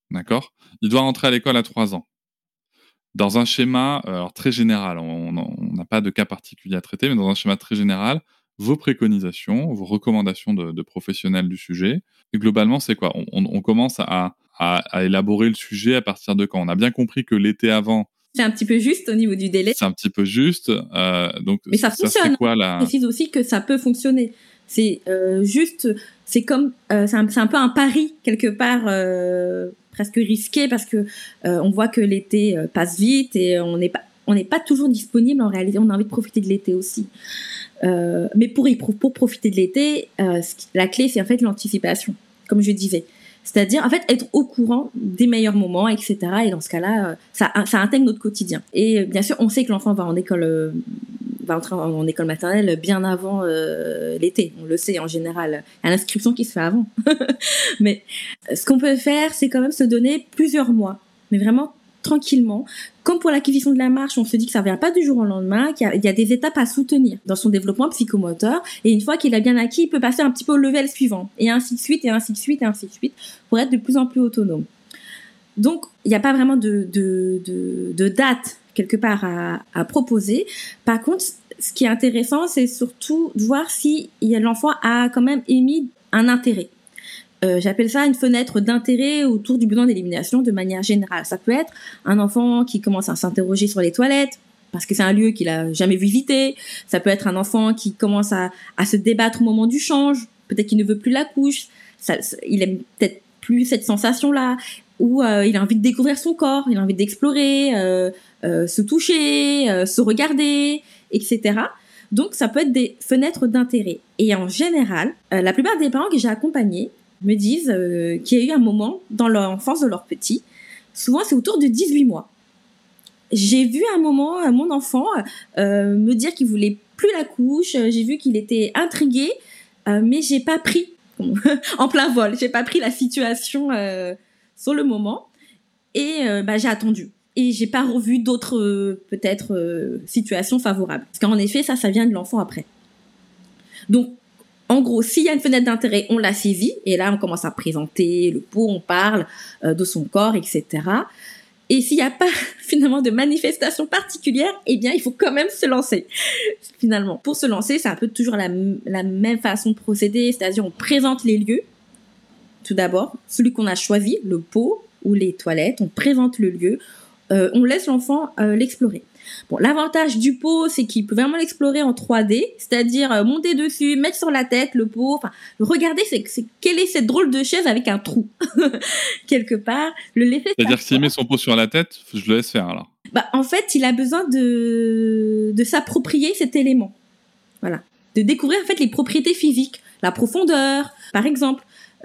Il doit rentrer à l'école à 3 ans. Dans un schéma alors très général, on n'a pas de cas particulier à traiter, mais dans un schéma très général, vos préconisations, vos recommandations de professionnels du sujet, et globalement, c'est quoi ? On commence à élaborer le sujet à partir de quand ? On a bien compris que l'été avant... C'est un petit peu juste au niveau du délai. C'est un petit peu juste. Donc, mais ça fonctionne. C'est quoi, Je précise aussi que ça peut fonctionner. C'est juste... C'est comme... c'est un peu un pari, quelque part... presque risqué parce que on voit que l'été passe vite et on n'est pas toujours disponible en réalité. On a envie de profiter de l'été aussi. Mais pour profiter de l'été, la clé c'est en fait l'anticipation, comme je disais. C'est-à-dire en fait être au courant des meilleurs moments, etc. Et dans ce cas-là, ça intègre notre quotidien. Et bien sûr, on sait que l'enfant va entrer en école maternelle bien avant l'été. On le sait en général. Il y a l'inscription qui se fait avant. Mais ce qu'on peut faire, c'est quand même se donner plusieurs mois. Mais vraiment tranquillement. Comme pour l'acquisition de la marche, on se dit que ça ne vient pas du jour au lendemain, qu'il y a des étapes à soutenir dans son développement psychomoteur. Et une fois qu'il a bien acquis, il peut passer un petit peu au level suivant. Et ainsi de suite, et ainsi de suite, et ainsi de suite, pour être de plus en plus autonome. Donc, il n'y a pas vraiment de date quelque part à proposer. Par contre, ce qui est intéressant, c'est surtout de voir si l'enfant a quand même émis un intérêt. J'appelle ça une fenêtre d'intérêt autour du besoin d'élimination de manière générale. Ça peut être un enfant qui commence à s'interroger sur les toilettes parce que c'est un lieu qu'il a jamais visité. Ça peut être un enfant qui commence à se débattre au moment du change. Peut-être qu'il ne veut plus la couche. Il aime peut-être plus cette sensation-là. Ou il a envie de découvrir son corps, il a envie d'explorer, se toucher, se regarder, etc. Donc, ça peut être des fenêtres d'intérêt. Et en général, la plupart des parents que j'ai accompagnés me disent qu'il y a eu un moment dans l'enfance de leur petit, souvent c'est autour de 18 mois. J'ai vu un moment mon enfant me dire qu'il voulait plus la couche, j'ai vu qu'il était intrigué, mais j'ai pas pris, en plein vol, j'ai pas pris la situation sur le moment, et j'ai attendu. Et j'ai pas revu d'autres situations favorables. Parce qu'en effet, ça vient de l'enfant après. Donc, en gros, s'il y a une fenêtre d'intérêt, on la saisit. Et là, on commence à présenter le pot, on parle de son corps, etc. Et s'il n'y a pas finalement de manifestation particulière, eh bien, il faut quand même se lancer. Finalement, pour se lancer, c'est un peu toujours la même façon de procéder. C'est-à-dire, on présente les lieux. Tout d'abord, celui qu'on a choisi, le pot ou les toilettes, on présente le lieu. On laisse l'enfant l'explorer. Bon, l'avantage du pot, c'est qu'il peut vraiment l'explorer en 3D, c'est-à-dire monter dessus, mettre sur la tête le pot, enfin, regarder quelle est cette drôle de chaise avec un trou, quelque part, le laisser. C'est-à-dire que s'il met son pot sur la tête, je le laisse faire alors. En fait, il a besoin de s'approprier cet élément. Voilà. De découvrir en fait les propriétés physiques, la profondeur, par exemple.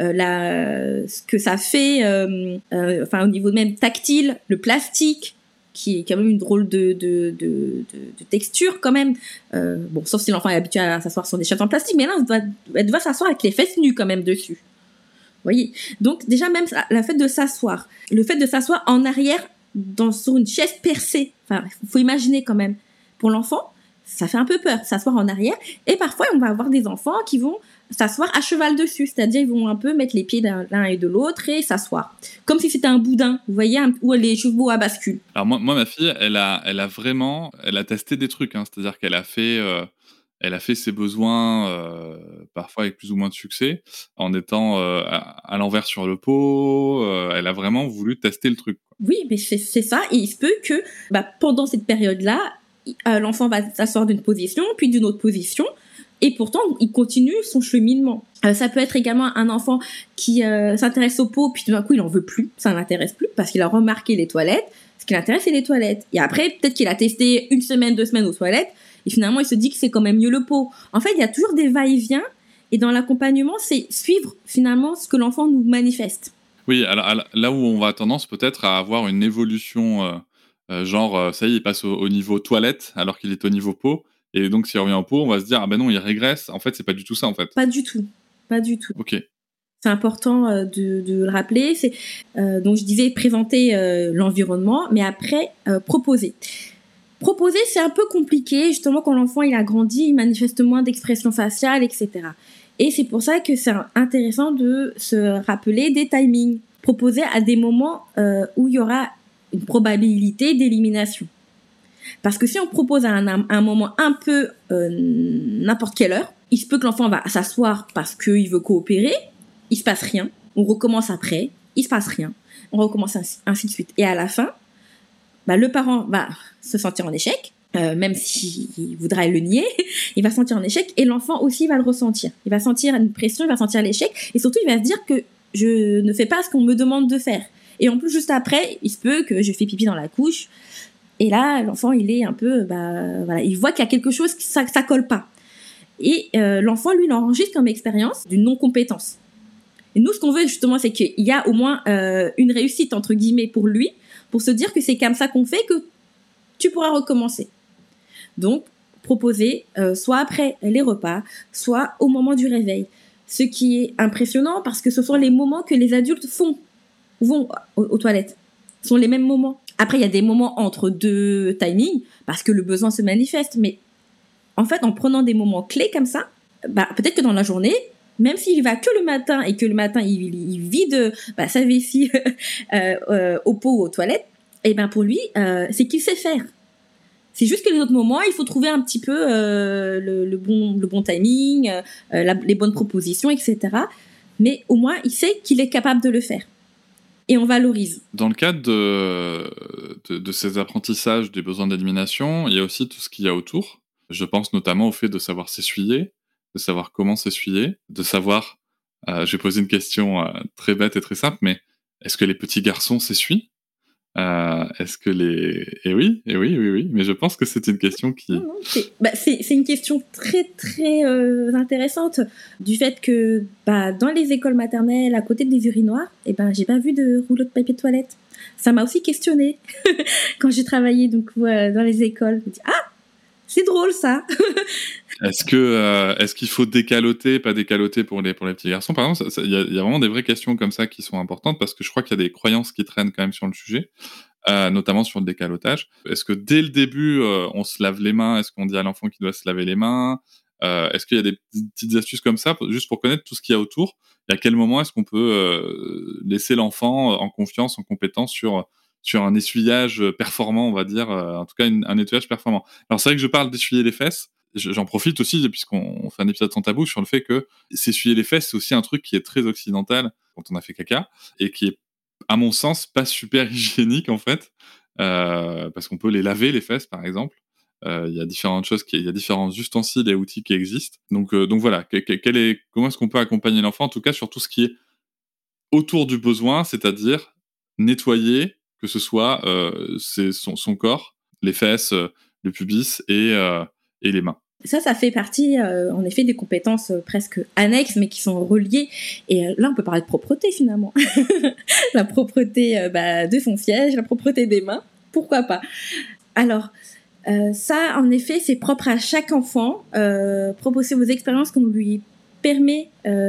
Ce que ça fait au niveau même tactile, le plastique qui est quand même une drôle de texture quand même, sauf si l'enfant est habitué à s'asseoir sur des chaises en plastique, mais là elle doit s'asseoir avec les fesses nues quand même dessus, vous voyez. Donc déjà même le fait de s'asseoir en arrière sur une chaise percée, enfin faut imaginer quand même, pour l'enfant ça fait un peu peur, s'asseoir en arrière. Et parfois, on va avoir des enfants qui vont s'asseoir à cheval dessus. C'est-à-dire, ils vont un peu mettre les pieds l'un et de l'autre et s'asseoir. Comme si c'était un boudin, vous voyez, ou les chevaux à bascule. Alors moi ma fille, elle a testé des trucs. Hein. C'est-à-dire qu'elle a fait ses besoins, parfois avec plus ou moins de succès, en étant à l'envers sur le pot. Elle a vraiment voulu tester le truc. Oui, mais c'est ça. Et il se peut que pendant cette période-là, l'enfant va s'asseoir d'une position, puis d'une autre position, Et pourtant, il continue son cheminement. Ça peut être également un enfant qui s'intéresse aux pots, puis tout d'un coup, il en veut plus, ça l'intéresse plus, parce qu'il a remarqué les toilettes. Ce qui l'intéresse, c'est les toilettes. Et après, peut-être qu'il a testé 1 semaine, 2 semaines aux toilettes, et finalement, il se dit que c'est quand même mieux le pot. En fait, il y a toujours des va-et-vient, et dans l'accompagnement, c'est suivre finalement ce que l'enfant nous manifeste. Oui, alors, là où on va tendance peut-être à avoir une évolution, ça y est, il passe au niveau toilette, alors qu'il est au niveau pot. Et donc, s'il revient au pot, on va se dire, ah ben non, il régresse. En fait, c'est pas du tout ça, en fait. Pas du tout. Ok. C'est important de le rappeler. Donc, je disais présenter l'environnement, mais après, proposer. Proposer, c'est un peu compliqué, justement, quand l'enfant il a grandi, il manifeste moins d'expression faciale, etc. Et c'est pour ça que c'est intéressant de se rappeler des timings. Proposer à des moments où il y aura une probabilité d'élimination. Parce que si on propose à un moment un peu n'importe quelle heure, il se peut que l'enfant va s'asseoir parce qu'il veut coopérer, il se passe rien, on recommence après, il se passe rien, on recommence ainsi de suite. Et à la fin, le parent va se sentir en échec, même s'il voudra le nier, il va se sentir en échec et l'enfant aussi va le ressentir. Il va sentir une pression, il va sentir l'échec et surtout il va se dire que je ne fais pas ce qu'on me demande de faire. Et en plus, juste après, il se peut que je fais pipi dans la couche. Et là, l'enfant, il est un peu, il voit qu'il y a quelque chose, ça colle pas. Et l'enfant, lui, l'enregistre comme expérience d'une non-compétence. Et nous, ce qu'on veut justement, c'est qu'il y a au moins une réussite, entre guillemets, pour lui, pour se dire que c'est comme ça qu'on fait, que tu pourras recommencer. Donc, proposer soit après les repas, soit au moment du réveil. Ce qui est impressionnant parce que ce sont les moments que les adultes vont aux toilettes. Ce sont les mêmes moments. Après, il y a des moments entre deux timings parce que le besoin se manifeste. Mais en fait, en prenant des moments clés comme ça, peut-être que dans la journée, même s'il va que le matin et que le matin, il vide sa vessie au pot ou aux toilettes, et pour lui, c'est qu'il sait faire. C'est juste que les autres moments, il faut trouver un petit peu le bon timing, les bonnes propositions, etc. Mais au moins, il sait qu'il est capable de le faire. Et on valorise. Dans le cadre de ces apprentissages des besoins d'élimination, il y a aussi tout ce qu'il y a autour. Je pense notamment au fait de savoir s'essuyer, de savoir comment s'essuyer, de savoir... je vais poser une question très bête et très simple, mais est-ce que les petits garçons s'essuient ? Est-ce que les... Eh oui, mais je pense que c'est une question qui... Non, c'est une question très, très intéressante, du fait que dans les écoles maternelles, à côté des urinoirs, j'ai pas vu de rouleau de papier de toilette. Ça m'a aussi questionnée quand j'ai travaillé dans les écoles. Je me dis, c'est drôle ça. Est-ce qu'il faut décaloter, pas décaloter pour les petits garçons? Par exemple, il y a vraiment des vraies questions comme ça qui sont importantes parce que je crois qu'il y a des croyances qui traînent quand même sur le sujet, notamment sur le décalotage. Est-ce que dès le début, on se lave les mains? Est-ce qu'on dit à l'enfant qu'il doit se laver les mains? Est-ce qu'il y a des petites astuces comme ça, juste pour connaître tout ce qu'il y a autour? Et à quel moment est-ce qu'on peut laisser l'enfant en confiance, en compétence sur un essuyage performant, on va dire, en tout cas un nettoyage performant. Alors c'est vrai que je parle d'essuyer les fesses, j'en profite aussi, puisqu'on fait un épisode sans tabou, sur le fait que s'essuyer les fesses, c'est aussi un truc qui est très occidental quand on a fait caca, et qui est, à mon sens, pas super hygiénique en fait, parce qu'on peut les laver, les fesses par exemple. Il y a différentes choses, il y a différents ustensiles et outils qui existent. Donc voilà, comment est-ce qu'on peut accompagner l'enfant, en tout cas sur tout ce qui est autour du besoin, c'est-à-dire nettoyer, que ce soit son corps, les fesses, le pubis et les mains. Ça fait partie, en effet, des compétences presque annexes, mais qui sont reliées. Et là, on peut parler de propreté, finalement. La propreté de son siège, la propreté des mains, pourquoi pas. Alors, ça, en effet, c'est propre à chaque enfant. Proposer vos expériences qu'on lui permet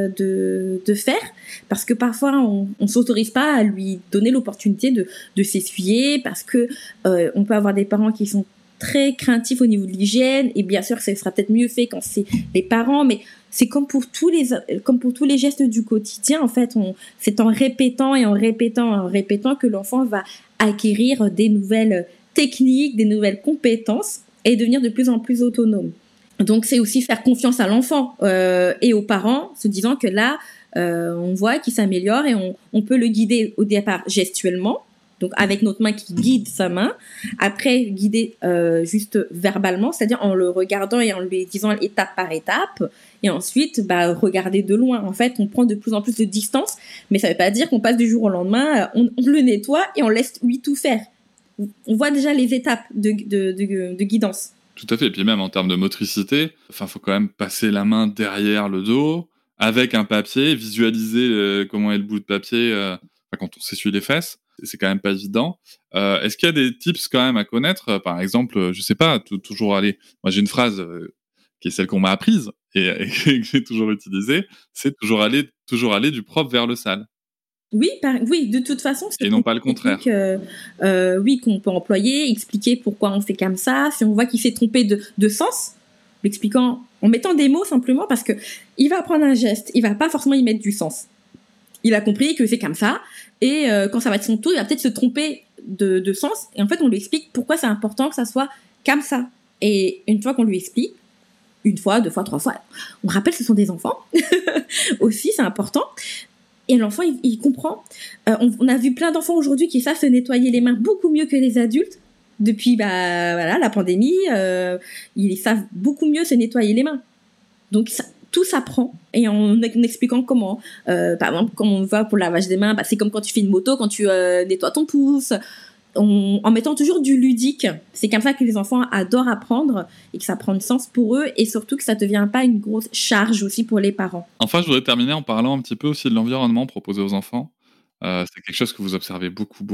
de faire, parce que parfois on s'autorise pas à lui donner l'opportunité de s'essuyer, parce que on peut avoir des parents qui sont très craintifs au niveau de l'hygiène, et bien sûr ça sera peut-être mieux fait quand c'est les parents, mais c'est comme pour tous les gestes du quotidien, en fait, c'est en répétant que l'enfant va acquérir des nouvelles techniques, des nouvelles compétences et devenir de plus en plus autonome. Donc c'est aussi faire confiance à l'enfant et aux parents, se disant que là on voit qu'il s'améliore et on peut le guider au départ gestuellement, Donc avec notre main qui guide sa main, après guider juste verbalement, c'est-à-dire en le regardant et en lui disant étape par étape, et ensuite regarder de loin. En fait, on prend de plus en plus de distance, mais ça veut pas dire qu'on passe du jour au lendemain, on le nettoie et on laisse lui tout faire. On voit déjà les étapes de guidance. Tout à fait. Et puis même en termes de motricité, faut quand même passer la main derrière le dos, avec un papier, visualiser comment est le bout de papier quand on s'essuie les fesses. C'est quand même pas évident. Est-ce qu'il y a des tips quand même à connaître ? Par exemple, je sais pas, toujours aller... Moi, j'ai une phrase qui est celle qu'on m'a apprise et que j'ai toujours utilisée, c'est toujours aller du propre vers le sale. Oui, de toute façon. Et non pas le contraire. Oui, qu'on peut employer, expliquer pourquoi on fait comme ça. Si on voit qu'il s'est trompé de sens, l'expliquant en mettant des mots simplement, parce que il va prendre un geste, il va pas forcément y mettre du sens. Il a compris que c'est comme ça, et quand ça va être son tour, il va peut-être se tromper de sens. Et en fait, on lui explique pourquoi c'est important que ça soit comme ça. Et une fois qu'on lui explique, 1 fois, 2 fois, 3 fois, on rappelle que ce sont des enfants. Aussi, c'est important. Et l'enfant, il comprend. On a vu plein d'enfants aujourd'hui qui savent se nettoyer les mains beaucoup mieux que les adultes. Depuis la pandémie, ils savent beaucoup mieux se nettoyer les mains. Donc tout s'apprend, et en expliquant comment. Par exemple, comme on voit pour le lavage des mains, c'est comme quand tu fais une moto, quand tu nettoies ton pouce. En mettant toujours du ludique. C'est comme ça que les enfants adorent apprendre et que ça prend du sens pour eux, et surtout que ça ne devient pas une grosse charge aussi pour les parents. Enfin, je voudrais terminer en parlant un petit peu aussi de l'environnement proposé aux enfants. C'est quelque chose que vous observez beaucoup.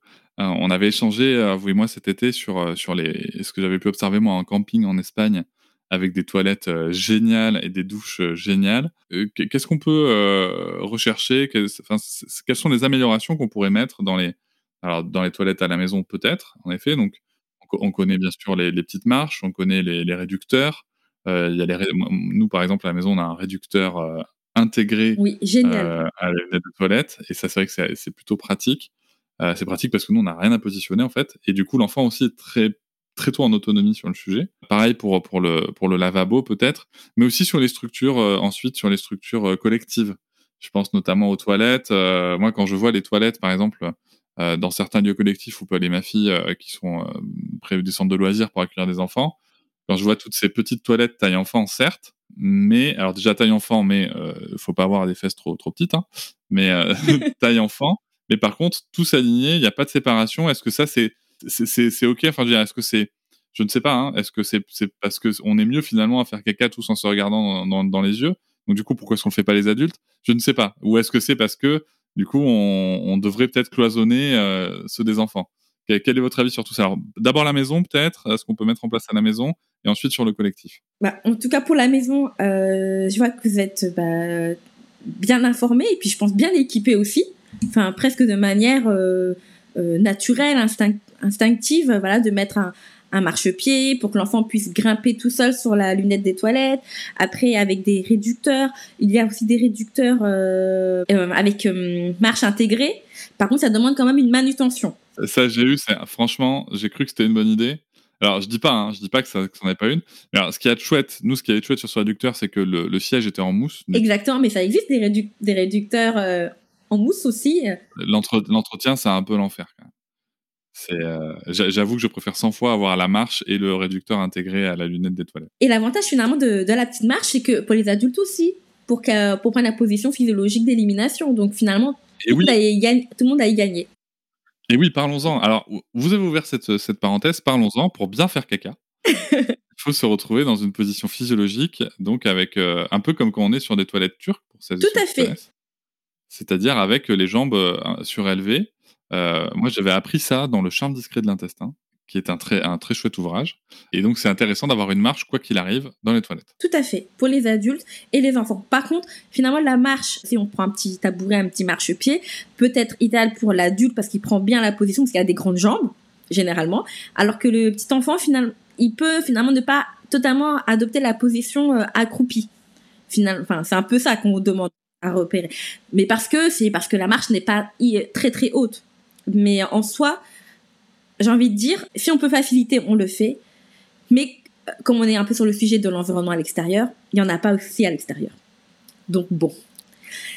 On avait échangé, vous et moi, cet été sur ce que j'avais pu observer moi en camping en Espagne, avec des toilettes géniales et des douches géniales. Qu'est-ce qu'on peut rechercher ? Quelles sont les améliorations qu'on pourrait mettre dans les toilettes à la maison, peut-être, en effet. Donc, on connaît bien sûr les petites marches, on connaît les réducteurs. Y a nous, par exemple, à la maison, on a un réducteur intégré génial. à la lunette de toilette. Et ça, c'est vrai que c'est plutôt pratique. C'est pratique parce que nous, on n'a rien à positionner, en fait. Et du coup, l'enfant aussi est très, très tôt en autonomie sur le sujet. Pareil pour le lavabo, peut-être. Mais aussi sur les structures, ensuite, sur les structures collectives. Je pense notamment aux toilettes. Moi, quand je vois les toilettes, par exemple... dans certains lieux collectifs où peut aller ma fille, qui sont près des centres de loisirs pour accueillir des enfants, quand je vois toutes ces petites toilettes taille enfant, certes, mais alors déjà taille enfant, mais faut pas avoir des fesses trop petites, hein, mais taille enfant. Mais par contre, tous alignés, il y a pas de séparation. Est-ce que ça c'est ok ? Enfin, je veux dire, est-ce que c'est, je ne sais pas, hein, est-ce que c'est parce que on est mieux finalement à faire caca tous en se regardant dans les yeux ? Donc du coup, pourquoi est-ce qu'on le fait pas les adultes ? Je ne sais pas. Ou est-ce que c'est parce que du coup, on devrait peut-être cloisonner ceux des enfants. Quel est votre avis sur tout ça ? Alors, d'abord la maison, peut-être, ce qu'on peut mettre en place à la maison, et ensuite sur le collectif. En tout cas, pour la maison, je vois que vous êtes bien informés, et puis je pense bien équipés aussi. Enfin, presque de manière naturelle, instinctive, de mettre un marchepied pour que l'enfant puisse grimper tout seul sur la lunette des toilettes. Après, avec des réducteurs, il y a aussi des réducteurs avec marche intégrée. Par contre, ça demande quand même une manutention. Ça, franchement, j'ai cru que c'était une bonne idée. Alors, je dis pas que ça n'en est pas une. Mais alors, ce qui est chouette sur ce réducteur, c'est que le siège était en mousse. Exactement, mais ça existe des réducteurs en mousse aussi. L'entretien, c'est un peu l'enfer, quand même. J'avoue que je préfère 100 fois avoir la marche et le réducteur intégré à la lunette des toilettes. Et l'avantage finalement de la petite marche, c'est que pour les adultes aussi, pour prendre la position physiologique d'élimination. Donc finalement, tout le monde a y gagné. Et oui, parlons-en. Alors, vous avez ouvert cette parenthèse, parlons-en. Pour bien faire caca, il faut se retrouver dans une position physiologique, donc avec un peu comme quand on est sur des toilettes turques, pour celles et ceux qui connaissent. C'est-à-dire avec les jambes surélevées. Moi, j'avais appris ça dans Le charme discret de l'intestin, qui est un très chouette ouvrage. Et donc, c'est intéressant d'avoir une marche, quoi qu'il arrive, dans les toilettes. Tout à fait, pour les adultes et les enfants. Par contre, finalement, la marche, si on prend un petit tabouret, un petit marchepied, peut être idéal pour l'adulte parce qu'il prend bien la position, parce qu'il a des grandes jambes, généralement. Alors que le petit enfant, finalement, il peut finalement ne pas totalement adopter la position accroupie. Enfin, c'est un peu ça qu'on demande à repérer. Mais parce que la marche n'est pas très très haute. Mais en soi, j'ai envie de dire, si on peut faciliter, on le fait. Mais comme on est un peu sur le sujet de l'environnement à l'extérieur, il n'y en a pas aussi à l'extérieur. Donc bon.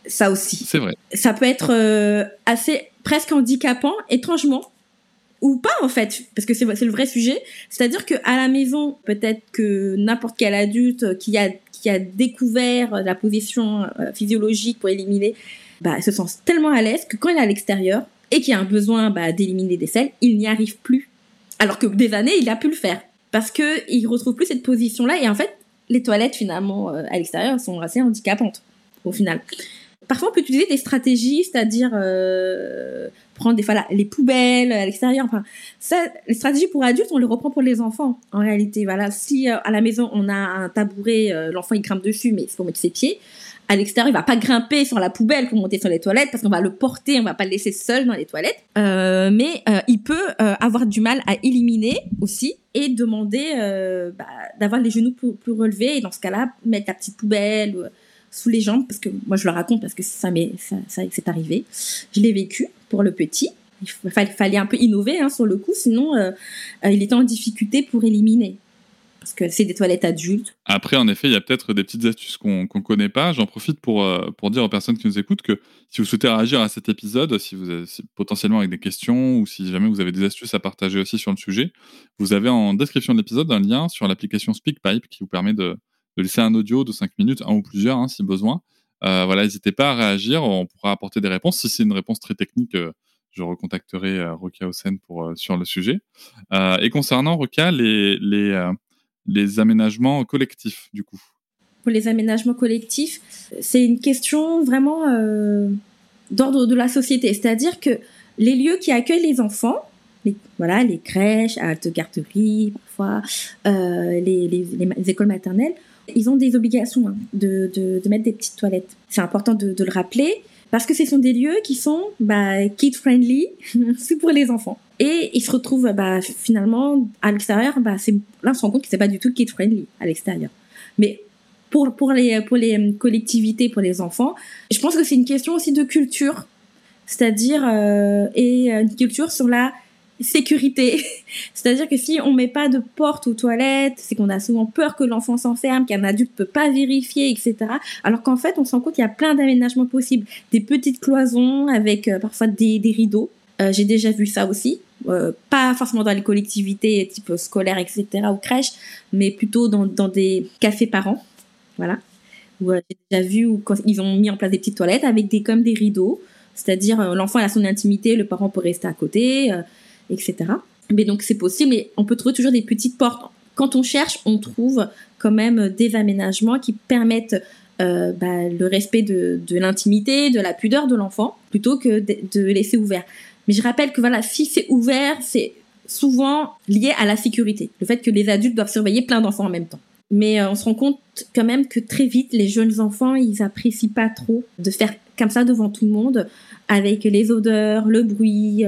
Ça aussi. C'est vrai. Ça peut être assez presque handicapant, étrangement, ou pas en fait, parce que c'est le vrai sujet. C'est-à-dire que à la maison, peut-être que n'importe quel adulte qui a découvert la position physiologique pour éliminer, se sent tellement à l'aise que quand il est à l'extérieur et qu'il y a un besoin d'éliminer des selles, il n'y arrive plus. Alors que des années, il a pu le faire parce que il retrouve plus cette position-là. Et en fait, les toilettes finalement à l'extérieur sont assez handicapantes au final. Parfois, on peut utiliser des stratégies, c'est-à-dire prendre des fois les poubelles à l'extérieur. Enfin, ça, les stratégies pour adultes, on les reprend pour les enfants. En réalité, voilà, si à la maison on a un tabouret, l'enfant il grimpe dessus, mais il faut mettre ses pieds. À l'extérieur, il va pas grimper sur la poubelle pour monter sur les toilettes parce qu'on va le porter, on va pas le laisser seul dans les toilettes. Mais il peut avoir du mal à éliminer aussi et demander d'avoir les genoux plus relevés et dans ce cas-là mettre la petite poubelle sous les jambes, parce que moi je le raconte parce que ça c'est arrivé. Je l'ai vécu pour le petit. Il fallait un peu innover sur le coup, sinon il était en difficulté pour éliminer. Parce que c'est des toilettes adultes. Après, en effet, il y a peut-être des petites astuces qu'on connaît pas. J'en profite pour dire aux personnes qui nous écoutent que si vous souhaitez réagir à cet épisode, si potentiellement avec des questions ou si jamais vous avez des astuces à partager aussi sur le sujet, vous avez en description de l'épisode un lien sur l'application SpeakPipe qui vous permet de laisser un audio de 5 minutes, un ou plusieurs si besoin. Voilà, n'hésitez pas à réagir, on pourra apporter des réponses. Si c'est une réponse très technique, je recontacterai Rokia Hossein sur le sujet. Et concernant Rokia, les aménagements collectifs, du coup. Pour les aménagements collectifs, c'est une question vraiment d'ordre de la société. C'est-à-dire que les lieux qui accueillent les enfants, les crèches, halte garderie, parfois, les écoles maternelles, ils ont des obligations de mettre des petites toilettes. C'est important de le rappeler parce que ce sont des lieux qui sont kid-friendly, c'est pour les enfants. Et ils se retrouvent finalement à l'extérieur. Là, on se rend compte que c'est pas du tout kid-friendly à l'extérieur. Mais pour les collectivités, pour les enfants, je pense que c'est une question aussi de culture, c'est-à-dire et une culture sur la sécurité. C'est-à-dire que si on met pas de porte aux toilettes, c'est qu'on a souvent peur que l'enfant s'enferme, qu'un adulte peut pas vérifier, etc. Alors qu'en fait, on se rend compte qu'il y a plein d'aménagements possibles. Des petites cloisons avec parfois des rideaux. J'ai déjà vu ça aussi. Pas forcément dans les collectivités type scolaires, etc. ou crèches, mais plutôt dans des cafés parents. Voilà. Où j'ai déjà vu où quand ils ont mis en place des petites toilettes avec comme des rideaux. C'est-à-dire l'enfant a son intimité, le parent peut rester à côté, etc. Mais donc c'est possible et on peut trouver toujours des petites portes. Quand on cherche, on trouve quand même des aménagements qui permettent le respect de l'intimité, de la pudeur de l'enfant, plutôt que de laisser ouvert. Mais je rappelle que voilà, si c'est ouvert, c'est souvent lié à la sécurité. Le fait que les adultes doivent surveiller plein d'enfants en même temps. Mais on se rend compte quand même que très vite, les jeunes enfants, ils apprécient pas trop de faire comme ça devant tout le monde, avec les odeurs, le bruit,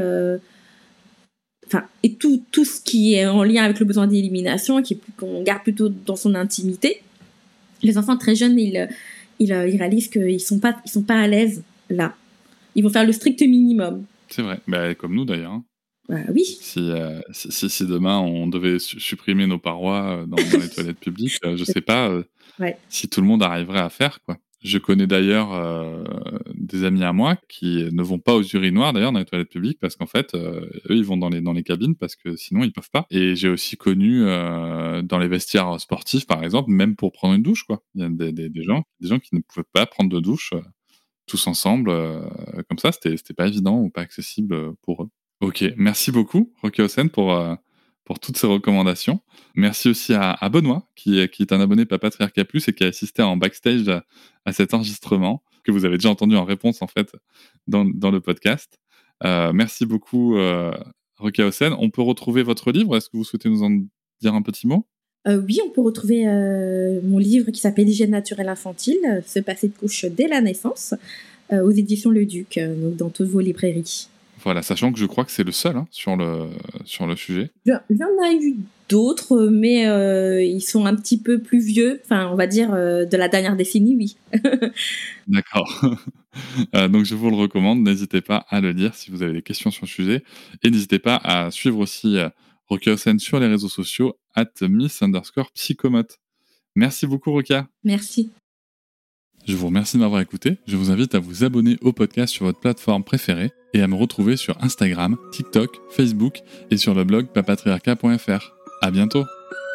et tout ce qui est en lien avec le besoin d'élimination, qu'on garde plutôt dans son intimité. Les enfants très jeunes, ils réalisent qu'ils sont pas à l'aise là. Ils vont faire le strict minimum. C'est vrai, comme nous d'ailleurs. Oui. Si demain on devait supprimer nos parois dans les toilettes publiques, je sais pas si tout le monde arriverait à faire quoi. Je connais d'ailleurs des amis à moi qui ne vont pas aux urinoirs d'ailleurs dans les toilettes publiques parce qu'en fait eux ils vont dans les cabines parce que sinon ils peuvent pas. Et j'ai aussi connu dans les vestiaires sportifs par exemple, même pour prendre une douche quoi. Il y a des gens qui ne pouvaient pas prendre de douche tous ensemble comme ça, c'était pas évident ou pas accessible pour eux. Ok, merci beaucoup Rokia Hossein pour toutes ces recommandations. Merci aussi à Benoît, qui est un abonné Papatriarcat Plus et qui a assisté en backstage à cet enregistrement, que vous avez déjà entendu en réponse, en fait, dans le podcast. Merci beaucoup, Rokia Hossein. On peut retrouver votre livre. Est-ce que vous souhaitez nous en dire un petit mot ? Oui, on peut retrouver mon livre qui s'appelle L'hygiène naturelle infantile, se passer de couche dès la naissance, aux éditions Le Duc, donc dans toutes vos librairies. Voilà, sachant que je crois que c'est le seul sur le sujet. Il y en a eu d'autres, mais ils sont un petit peu plus vieux. Enfin, on va dire de la dernière décennie, oui. D'accord. Donc, je vous le recommande. N'hésitez pas à le lire si vous avez des questions sur le sujet. Et n'hésitez pas à suivre aussi Rokia Hossein sur les réseaux sociaux @miss_psychomote. Merci beaucoup, Rokia. Merci. Je vous remercie de m'avoir écouté, je vous invite à vous abonner au podcast sur votre plateforme préférée et à me retrouver sur Instagram, TikTok, Facebook et sur le blog papatriarcat.fr. À bientôt.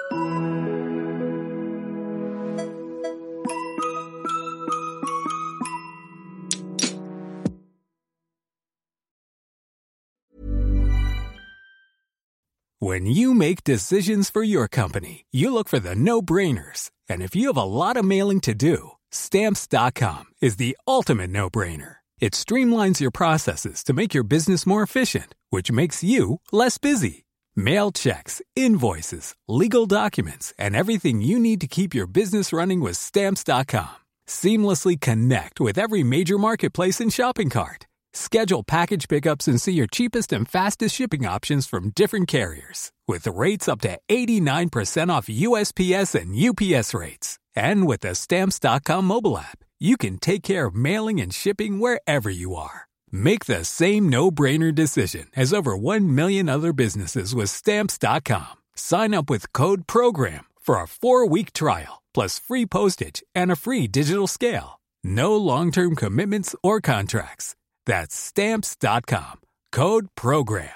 When you make decisions for your company, you look for the no-brainers. And if you have a lot of mailing to do, Stamps.com is the ultimate no-brainer. It streamlines your processes to make your business more efficient, which makes you less busy. Mail checks, invoices, legal documents, and everything you need to keep your business running with Stamps.com. Seamlessly connect with every major marketplace and shopping cart. Schedule package pickups and see your cheapest and fastest shipping options from different carriers. With rates up to 89% off USPS and UPS rates. And with the Stamps.com mobile app, you can take care of mailing and shipping wherever you are. Make the same no-brainer decision as over 1 million other businesses with Stamps.com. Sign up with code PROGRAM for a 4-week trial, plus free postage and a free digital scale. No long-term commitments or contracts. That's Stamps.com. Code PROGRAM.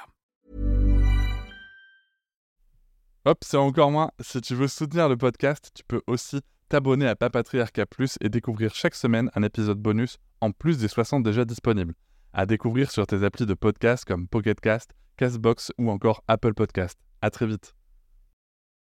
Hop, c'est encore moins. Si tu veux soutenir le podcast, tu peux aussi t'abonner à Papatriarcat Plus et découvrir chaque semaine un épisode bonus en plus des 60 déjà disponibles. À découvrir sur tes applis de podcast comme Pocket Cast, Castbox ou encore Apple Podcast. À très vite.